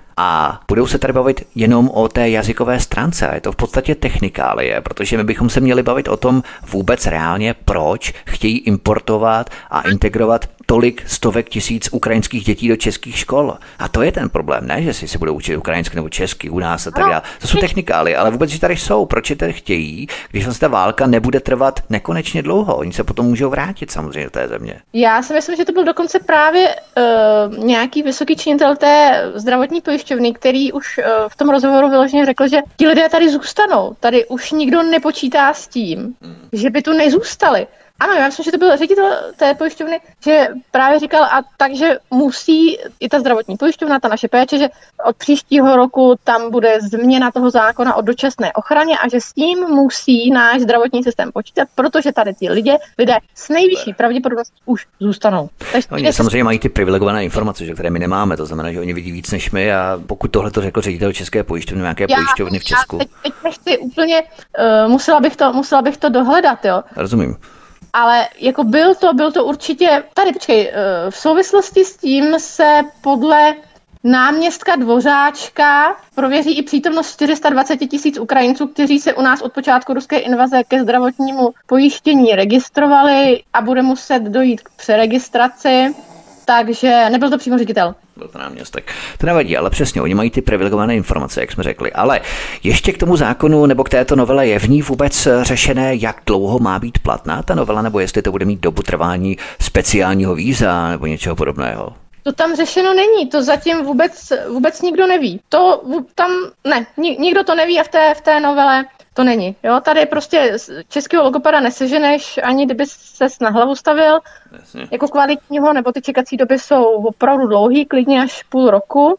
a budou se tady bavit jenom o té jazykové stránce. Je to v podstatě technikálie, protože my bychom se měli bavit o tom vůbec reálně, proč chtějí importovat a integrovat tolik stovek tisíc ukrajinských dětí do českých škol. A to je ten problém, ne, že si se budou učit ukrajinsky nebo česky u nás a tak dále. To jsou technikály, ale vůbec, že tady jsou. Proč je tady chtějí, když vlastně ta válka nebude trvat nekonečně dlouho? Oni se potom můžou vrátit samozřejmě do té země. Já si myslím, že to byl dokonce právě uh, nějaký vysoký činitel té zdravotní pojišťovny, který už uh, v tom rozhovoru vyloženě řekl, že ti lidé tady zůstanou. Tady už nikdo nepočítá s tím, hmm. že by tu nezůstali. Ano, já myslím, že to byl ředitel té pojišťovny, že právě říkal, a takže musí i ta zdravotní pojišťovna, ta naše péče, že od příštího roku tam bude změna toho zákona o dočasné ochraně a že s tím musí náš zdravotní systém počítat, protože tady ti lidé, lidé s nejvyšší pravděpodobností už zůstanou. Takže oni samozřejmě mají ty privilegované informace, že které my nemáme, to znamená, že oni vidí víc než my a pokud tohle to řekl ředitel české pojišťovny, nějaké já, pojišťovny v Česku. Já teď, teď nechci úplně, uh, musela, bych to, musela bych to dohledat, jo. Rozumím. Ale jako byl to, byl to určitě, tady počkej, v souvislosti s tím se podle náměstka Dvořáčka prověří i přítomnost čtyři sta dvacet tisíc Ukrajinců, kteří se u nás od počátku ruské invaze ke zdravotnímu pojištění registrovali a bude muset dojít k přeregistraci. Takže nebyl to přímo ředitel. Byl to náměstek. To nevadí, ale přesně, oni mají ty privilegované informace, jak jsme řekli. Ale ještě k tomu zákonu nebo k této novele je v ní vůbec řešené, jak dlouho má být platná ta novela, nebo jestli to bude mít dobu trvání speciálního víza nebo něčeho podobného? To tam řešeno není, to zatím vůbec, vůbec nikdo neví. To tam, ne, nikdo to neví a v té, v té novele to není. Jo, tady prostě českého logopeda neseženeš, ani kdyby ses na hlavu stavil. Jasně. Jako kvalitního, nebo ty čekací doby jsou opravdu dlouhý, klidně až půl roku.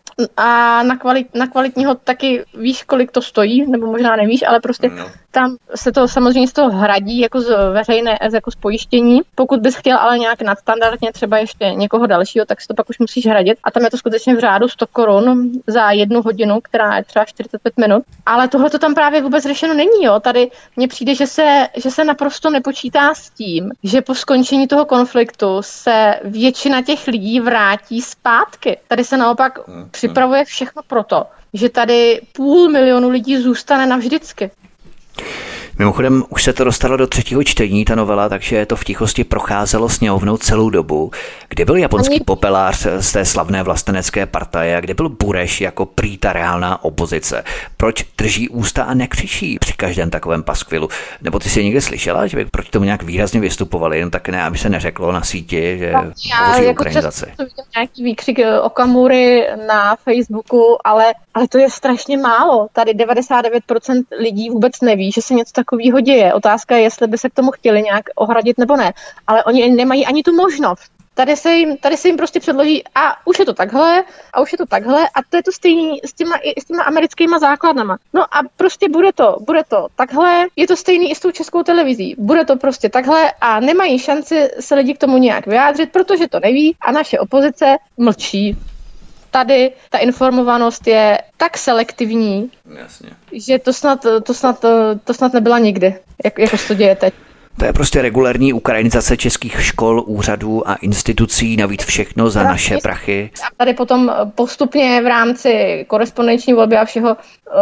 A na, kvalit, na kvalitního taky víš, kolik to stojí, nebo možná nevíš, ale prostě no. Tam se to samozřejmě z toho hradí jako z veřejné, jako z pojištění. Pokud bys chtěl ale nějak nadstandardně třeba ještě někoho dalšího, tak si to pak už musíš hradit. A tam je to skutečně v řádu sto korun za jednu hodinu, která je třeba čtyřicet pět minut. Ale tohle to tam právě vůbec řešeno není. Jo. Tady mně přijde, že se, že se naprosto nepočítá s tím, že po skončení toho konfliktu se většina těch lidí vrátí zpátky. Tady se naopak hmm. připravuje všechno proto, že tady půl milionu lidí zůstane navždycky. Mimochodem, už se to dostalo do třetího čtení, ta novela, takže to v tichosti procházelo sněmovnou celou dobu. Kde byl japonský Ani... popelář z té slavné vlastenecké partaje a kde byl Bureš jako prý ta reálná opozice? Proč drží ústa a nekřičí při každém takovém paskvilu? Nebo ty jsi někde slyšela, že by proti tomu nějak výrazně vystupovali, jen tak ne, aby se neřeklo na síti, že no, hovoří o ukrajinizaci? Já jako často nějaký výkřik Okamury na Facebooku, ale, ale to je strašně málo. Tady devadesát devět procent lidí vůbec neví, že se něco takového děje. Otázka je, jestli by se k tomu chtěli nějak ohradit nebo ne. Ale oni nemají ani tu možnost. Tady se jim, tady se jim prostě předloží a už je to takhle a už je to takhle a to je to stejný s těma, i s těma americkýma základnama. No a prostě bude to, bude to takhle, je to stejný i s tou českou televizí. Bude to prostě takhle a nemají šanci se lidi k tomu nějak vyjádřit, protože to neví a naše opozice mlčí. Tady ta informovanost je tak selektivní, Jasně. že to snad, to, snad, to snad nebyla nikdy, jak, jako se to děje teď. To je prostě regulérní ukrajinizace českých škol, úřadů a institucí, navíc všechno za naše prachy. A tady potom postupně v rámci korespondenční volby a všeho uh,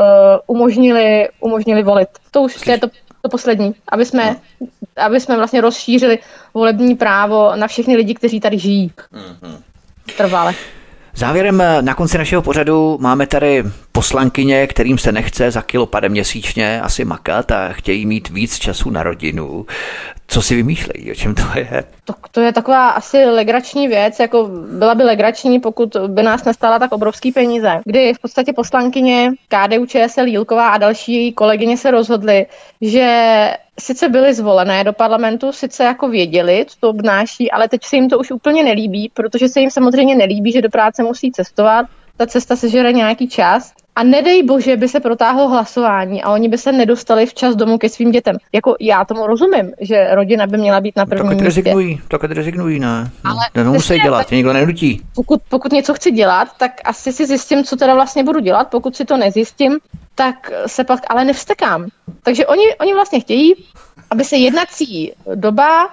umožnili, umožnili volit. To už je to, to poslední, aby jsme, no. aby jsme vlastně rozšířili volební právo na všechny lidi, kteří tady žijí. Mm-hmm. Trvale. Závěrem na konci našeho pořadu máme tady poslankyně, kterým se nechce za kilopadem měsíčně asi makat a chtějí mít víc času na rodinu. Co si vymýšlejí? O čem to je? To, to je taková asi legrační věc, jako byla by legrační, pokud by nás nestála tak obrovský peníze. Kdy v podstatě poslankyně K D U Č S L Jílková a další její kolegyně se rozhodly, že sice byly zvolené do parlamentu, sice jako věděli, co to obnáší, ale teď se jim to už úplně nelíbí, protože se jim samozřejmě nelíbí, že do práce musí cestovat. Ta cesta sežere nějaký čas a nedej bože by se protáhlo hlasování a oni by se nedostali včas domů ke svým dětem. Jako já tomu rozumím, že rodina by měla být na prvním místě. Tak rezignují, tak rezignují, ne. Ale no, nemusí dělat, nikdo nenutí. Pokud, pokud něco chci dělat, tak asi si zjistím, co teda vlastně budu dělat. Pokud si to nezjistím, tak se pak ale nevstekám. Takže oni, oni vlastně chtějí, aby se jednací doba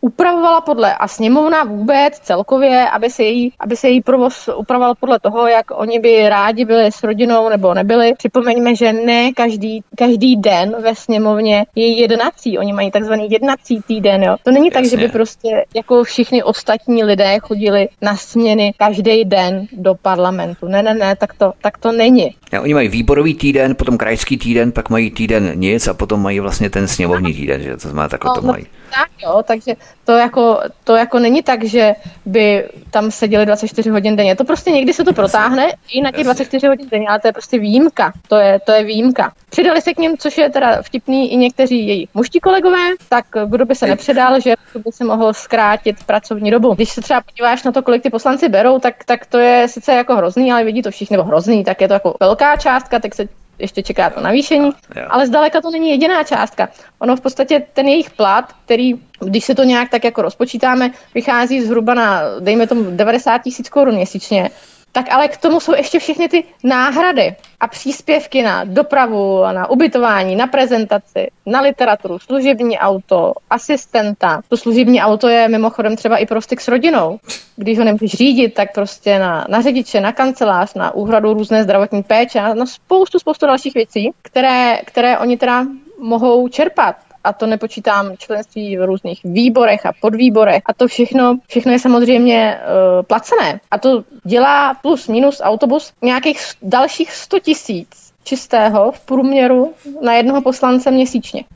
upravovala podle, a sněmovna vůbec celkově, aby se její, aby se její provoz upravoval podle toho, jak oni by rádi byli s rodinou nebo nebyli. Připomeňme, že ne každý, každý den ve sněmovně je jednací. Oni mají takzvaný jednací týden, jo. To není Jasně. tak, že by prostě jako všichni ostatní lidé chodili na směny každý den do parlamentu. Ne, ne, ne, tak to, tak to není. Ja, oni mají výborový týden, potom krajský týden, pak mají týden nic a potom mají vlastně ten sněmovní týden, že to znamená, takhle no, to mají. Tak jo, takže to jako, to jako není tak, že by tam seděli dvacet čtyři hodin denně. To prostě někdy se to protáhne i na těch dvacet čtyři hodin denně, ale to je prostě výjimka. To je, to je výjimka. Přidali se k ním, což je teda vtipný, i někteří její mužští kolegové, tak kdo by se nepředal, že by se mohl zkrátit pracovní dobu. Když se třeba podíváš na to, kolik ty poslanci berou, tak, tak to je sice jako hrozný, ale vidí to všichni, nebo hrozný, tak je to jako velká částka, tak se ještě čeká to navýšení, ale zdaleka to není jediná částka. Ono v podstatě ten jejich plat, který, když se to nějak tak jako rozpočítáme, vychází zhruba na, dejme tomu, devadesát tisíc korun měsíčně, tak ale k tomu jsou ještě všechny ty náhrady a příspěvky na dopravu, na ubytování, na prezentaci, na literaturu, služební auto, asistenta. To služební auto je mimochodem třeba i pro styk s rodinou. Když ho nemůžeš řídit, tak prostě na, na řidiče, na kancelář, na úhradu různé zdravotní péče, na, na spoustu, spoustu dalších věcí, které, které oni teda mohou čerpat. A to nepočítám členství v různých výborech a podvýborech. A to všechno, všechno je samozřejmě uh, placené. A to dělá plus minus autobus nějakých dalších sto tisíc čistého v průměru na jednoho poslance měsíčně.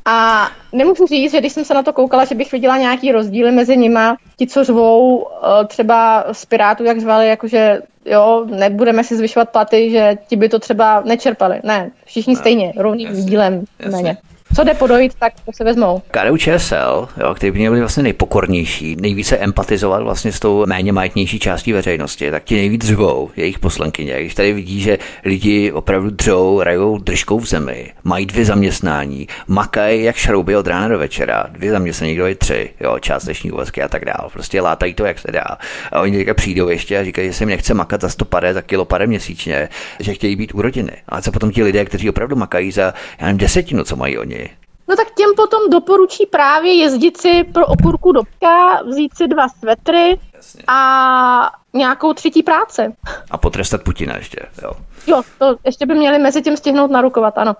A nemůžu říct, že když jsem se na to koukala, že bych viděla nějaký rozdíly mezi nima. Ti, co řvou, uh, třeba z Pirátů, jak řvali, jakože jo, nebudeme si zvyšovat platy, že ti by to třeba nečerpali. Ne, všichni stejně, rovným dílem méně. Co jde podojit, tak to se vezmou. K D U Č S L, jo, který by měli vlastně nejpokornější, nejvíce empatizovat vlastně s tou méně majetnější částí veřejnosti, tak ti nejvíc dřvou jejich poslankyně. Když tady vidí, že lidi opravdu dřou, rajou držkou v zemi, mají dvě zaměstnání, makají jak šrouby od rána do večera, dvě zaměstnání, někdo je tři, jo, částeční úvazky a tak dál. Prostě látají to, jak se dá. A oni teďka přijdou ještě a říkají, že se jim nechce makat za sto pade, za kilo pade měsíčně, že chtějí být u rodiny. Ale co potom ti lidé, kteří opravdu makají za, já nevím, desetinu, co mají oni? No tak těm potom doporučí právě jezdit si pro okurku do pka, vzít si dva svetry Jasně. a nějakou třetí práce. A potrestat Putina ještě, jo. Jo, to ještě by měli mezi tím stihnout narukovat, ano.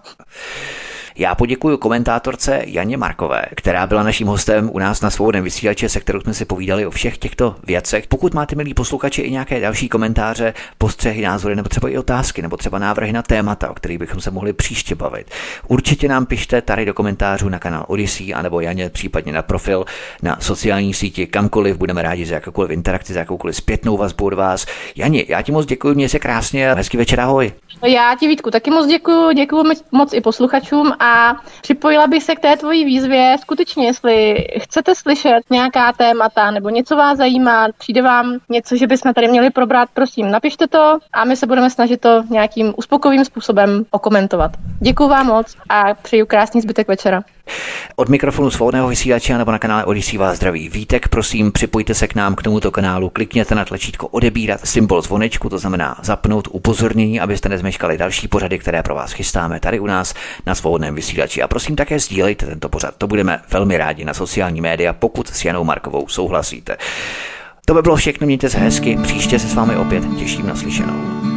Já poděkuji komentátorce Janě Markové, která byla naším hostem u nás na Svobodném vysílači, se kterou jsme si povídali o všech těchto věcech. Pokud máte, milí posluchači, i nějaké další komentáře, postřehy, názory, nebo třeba i otázky, nebo třeba návrhy na témata, o kterých bychom se mohli příště bavit, určitě nám pište tady do komentářů na kanál Odyssey, anebo Janě případně na profil na sociální síti, kamkoliv. Budeme rádi za jakoukoliv interakci, za jakoukoliv zpětnou vazbu od vás. Jani, já ti moc děkuji, měj se krásně a hezký večer, ahoj. Já ti, Vítku, taky moc děkuji, děkuji moc i posluchačům a připojila bych se k té tvojí výzvě. Skutečně, jestli chcete slyšet nějaká témata nebo něco vás zajímá, přijde vám něco, že bychom tady měli probrat, prosím, napište to a my se budeme snažit to nějakým uspokojivým způsobem okomentovat. Děkuji vám moc a přeju krásný zbytek večera. Od mikrofonu Svobodného vysílače nebo na kanále Odyssey vás zdraví Vítek, prosím, připojte se k nám k tomuto kanálu, klikněte na tlačítko odebírat, symbol zvonečku, to znamená zapnout upozornění, abyste nezmeškali další pořady, které pro vás chystáme tady u nás na Svobodném vysílači. A prosím také sdílejte tento pořad, to budeme velmi rádi na sociální média, pokud s Janou Markovou souhlasíte. To by bylo všechno, mějte se hezky, příště se s vámi opět těším na slyšenou.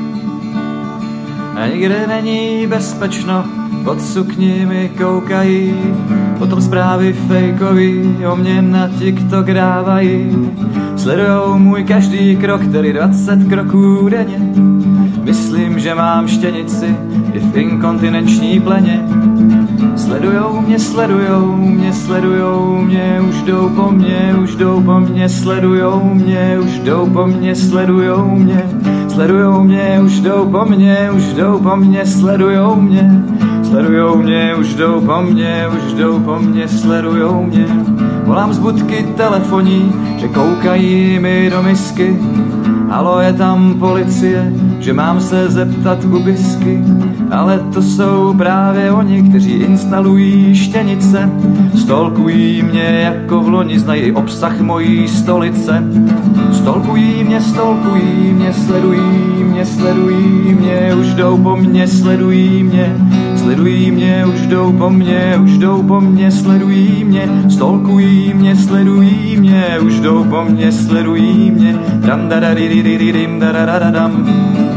A nikde není bezpečno, pod sukni mi koukají, potom zprávy fejkový o mě na TikTok dávají. Sledujou můj každý krok, tedy dvacet kroků denně. Myslím, že mám štěnici i v inkontinenční pleně. Sledujou mě, sledujou mě, sledujou mě, už jdou po mně, už jdou po mně, sledujou mě, už jdou po mně, sledujou mě, sledujou mě, už jdou po mně, už jdou po mně, sledujou mě, sledujou mě, už jdou po mně, už jdou po mně, sledujou mě. Volám z budky telefoní, že koukají mi do misky. Halo, je tam policie, že mám se zeptat u bisky. Ale to jsou právě oni, kteří instalují štěnice. Stolkují mě jako v loni, znají obsah mojí stolice. Stolkují mě, stolkují mě, sledují mě, sledují mě, už jdou po mně, sledují mě, Sledují mě, už jdou po mně, už jdou po mně, sledují mě, stalkují mě, sledují mě, už jdou po mně, sledují mě, dam da da di di di di dim da da da da dam.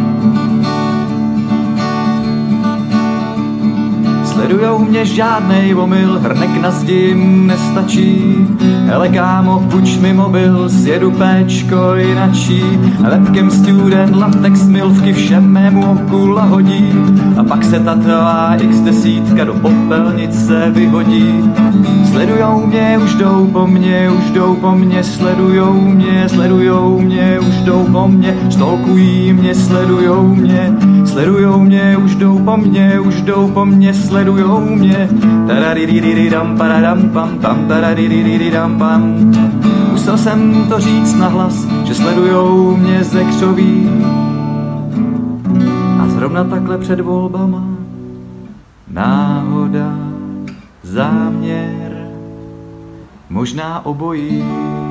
Sledujou mě žádnej omyl, hrnek na zdi jim nestačí. Hele kámo, puč mi mobil, sjedu péčko jinačí. Lepkem student, latex, milvky, všem mému oku lahodí. A pak se ta tvá x desítka do popelnice vyhodí. Sledujou mě, už jdou po mně, už jdou po mně, sledujou mě, sledujou mě, už jdou po mně, stalkují mě, sledujou mě, sledujou mě, už jdou po mně, už jdou po mně, sledujou mě. Tadadididididam, paradam, pam, pam, tadadididididam, pam. Musel jsem to říct nahlas, že sledujou mě ze křoví. A zrovna takhle před volbama náhoda, záměr, možná obojí.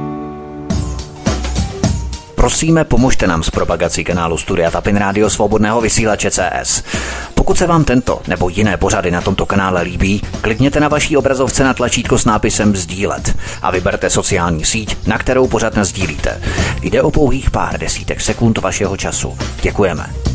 Prosíme, pomožte nám s propagací kanálu Studia Tapin Rádio Svobodného vysílače C S. Pokud se vám tento nebo jiné pořady na tomto kanále líbí, klikněte na vaší obrazovce na tlačítko s nápisem sdílet a vyberte sociální síť, na kterou pořad nasdílíte. Jde o pouhých pár desítek sekund vašeho času. Děkujeme.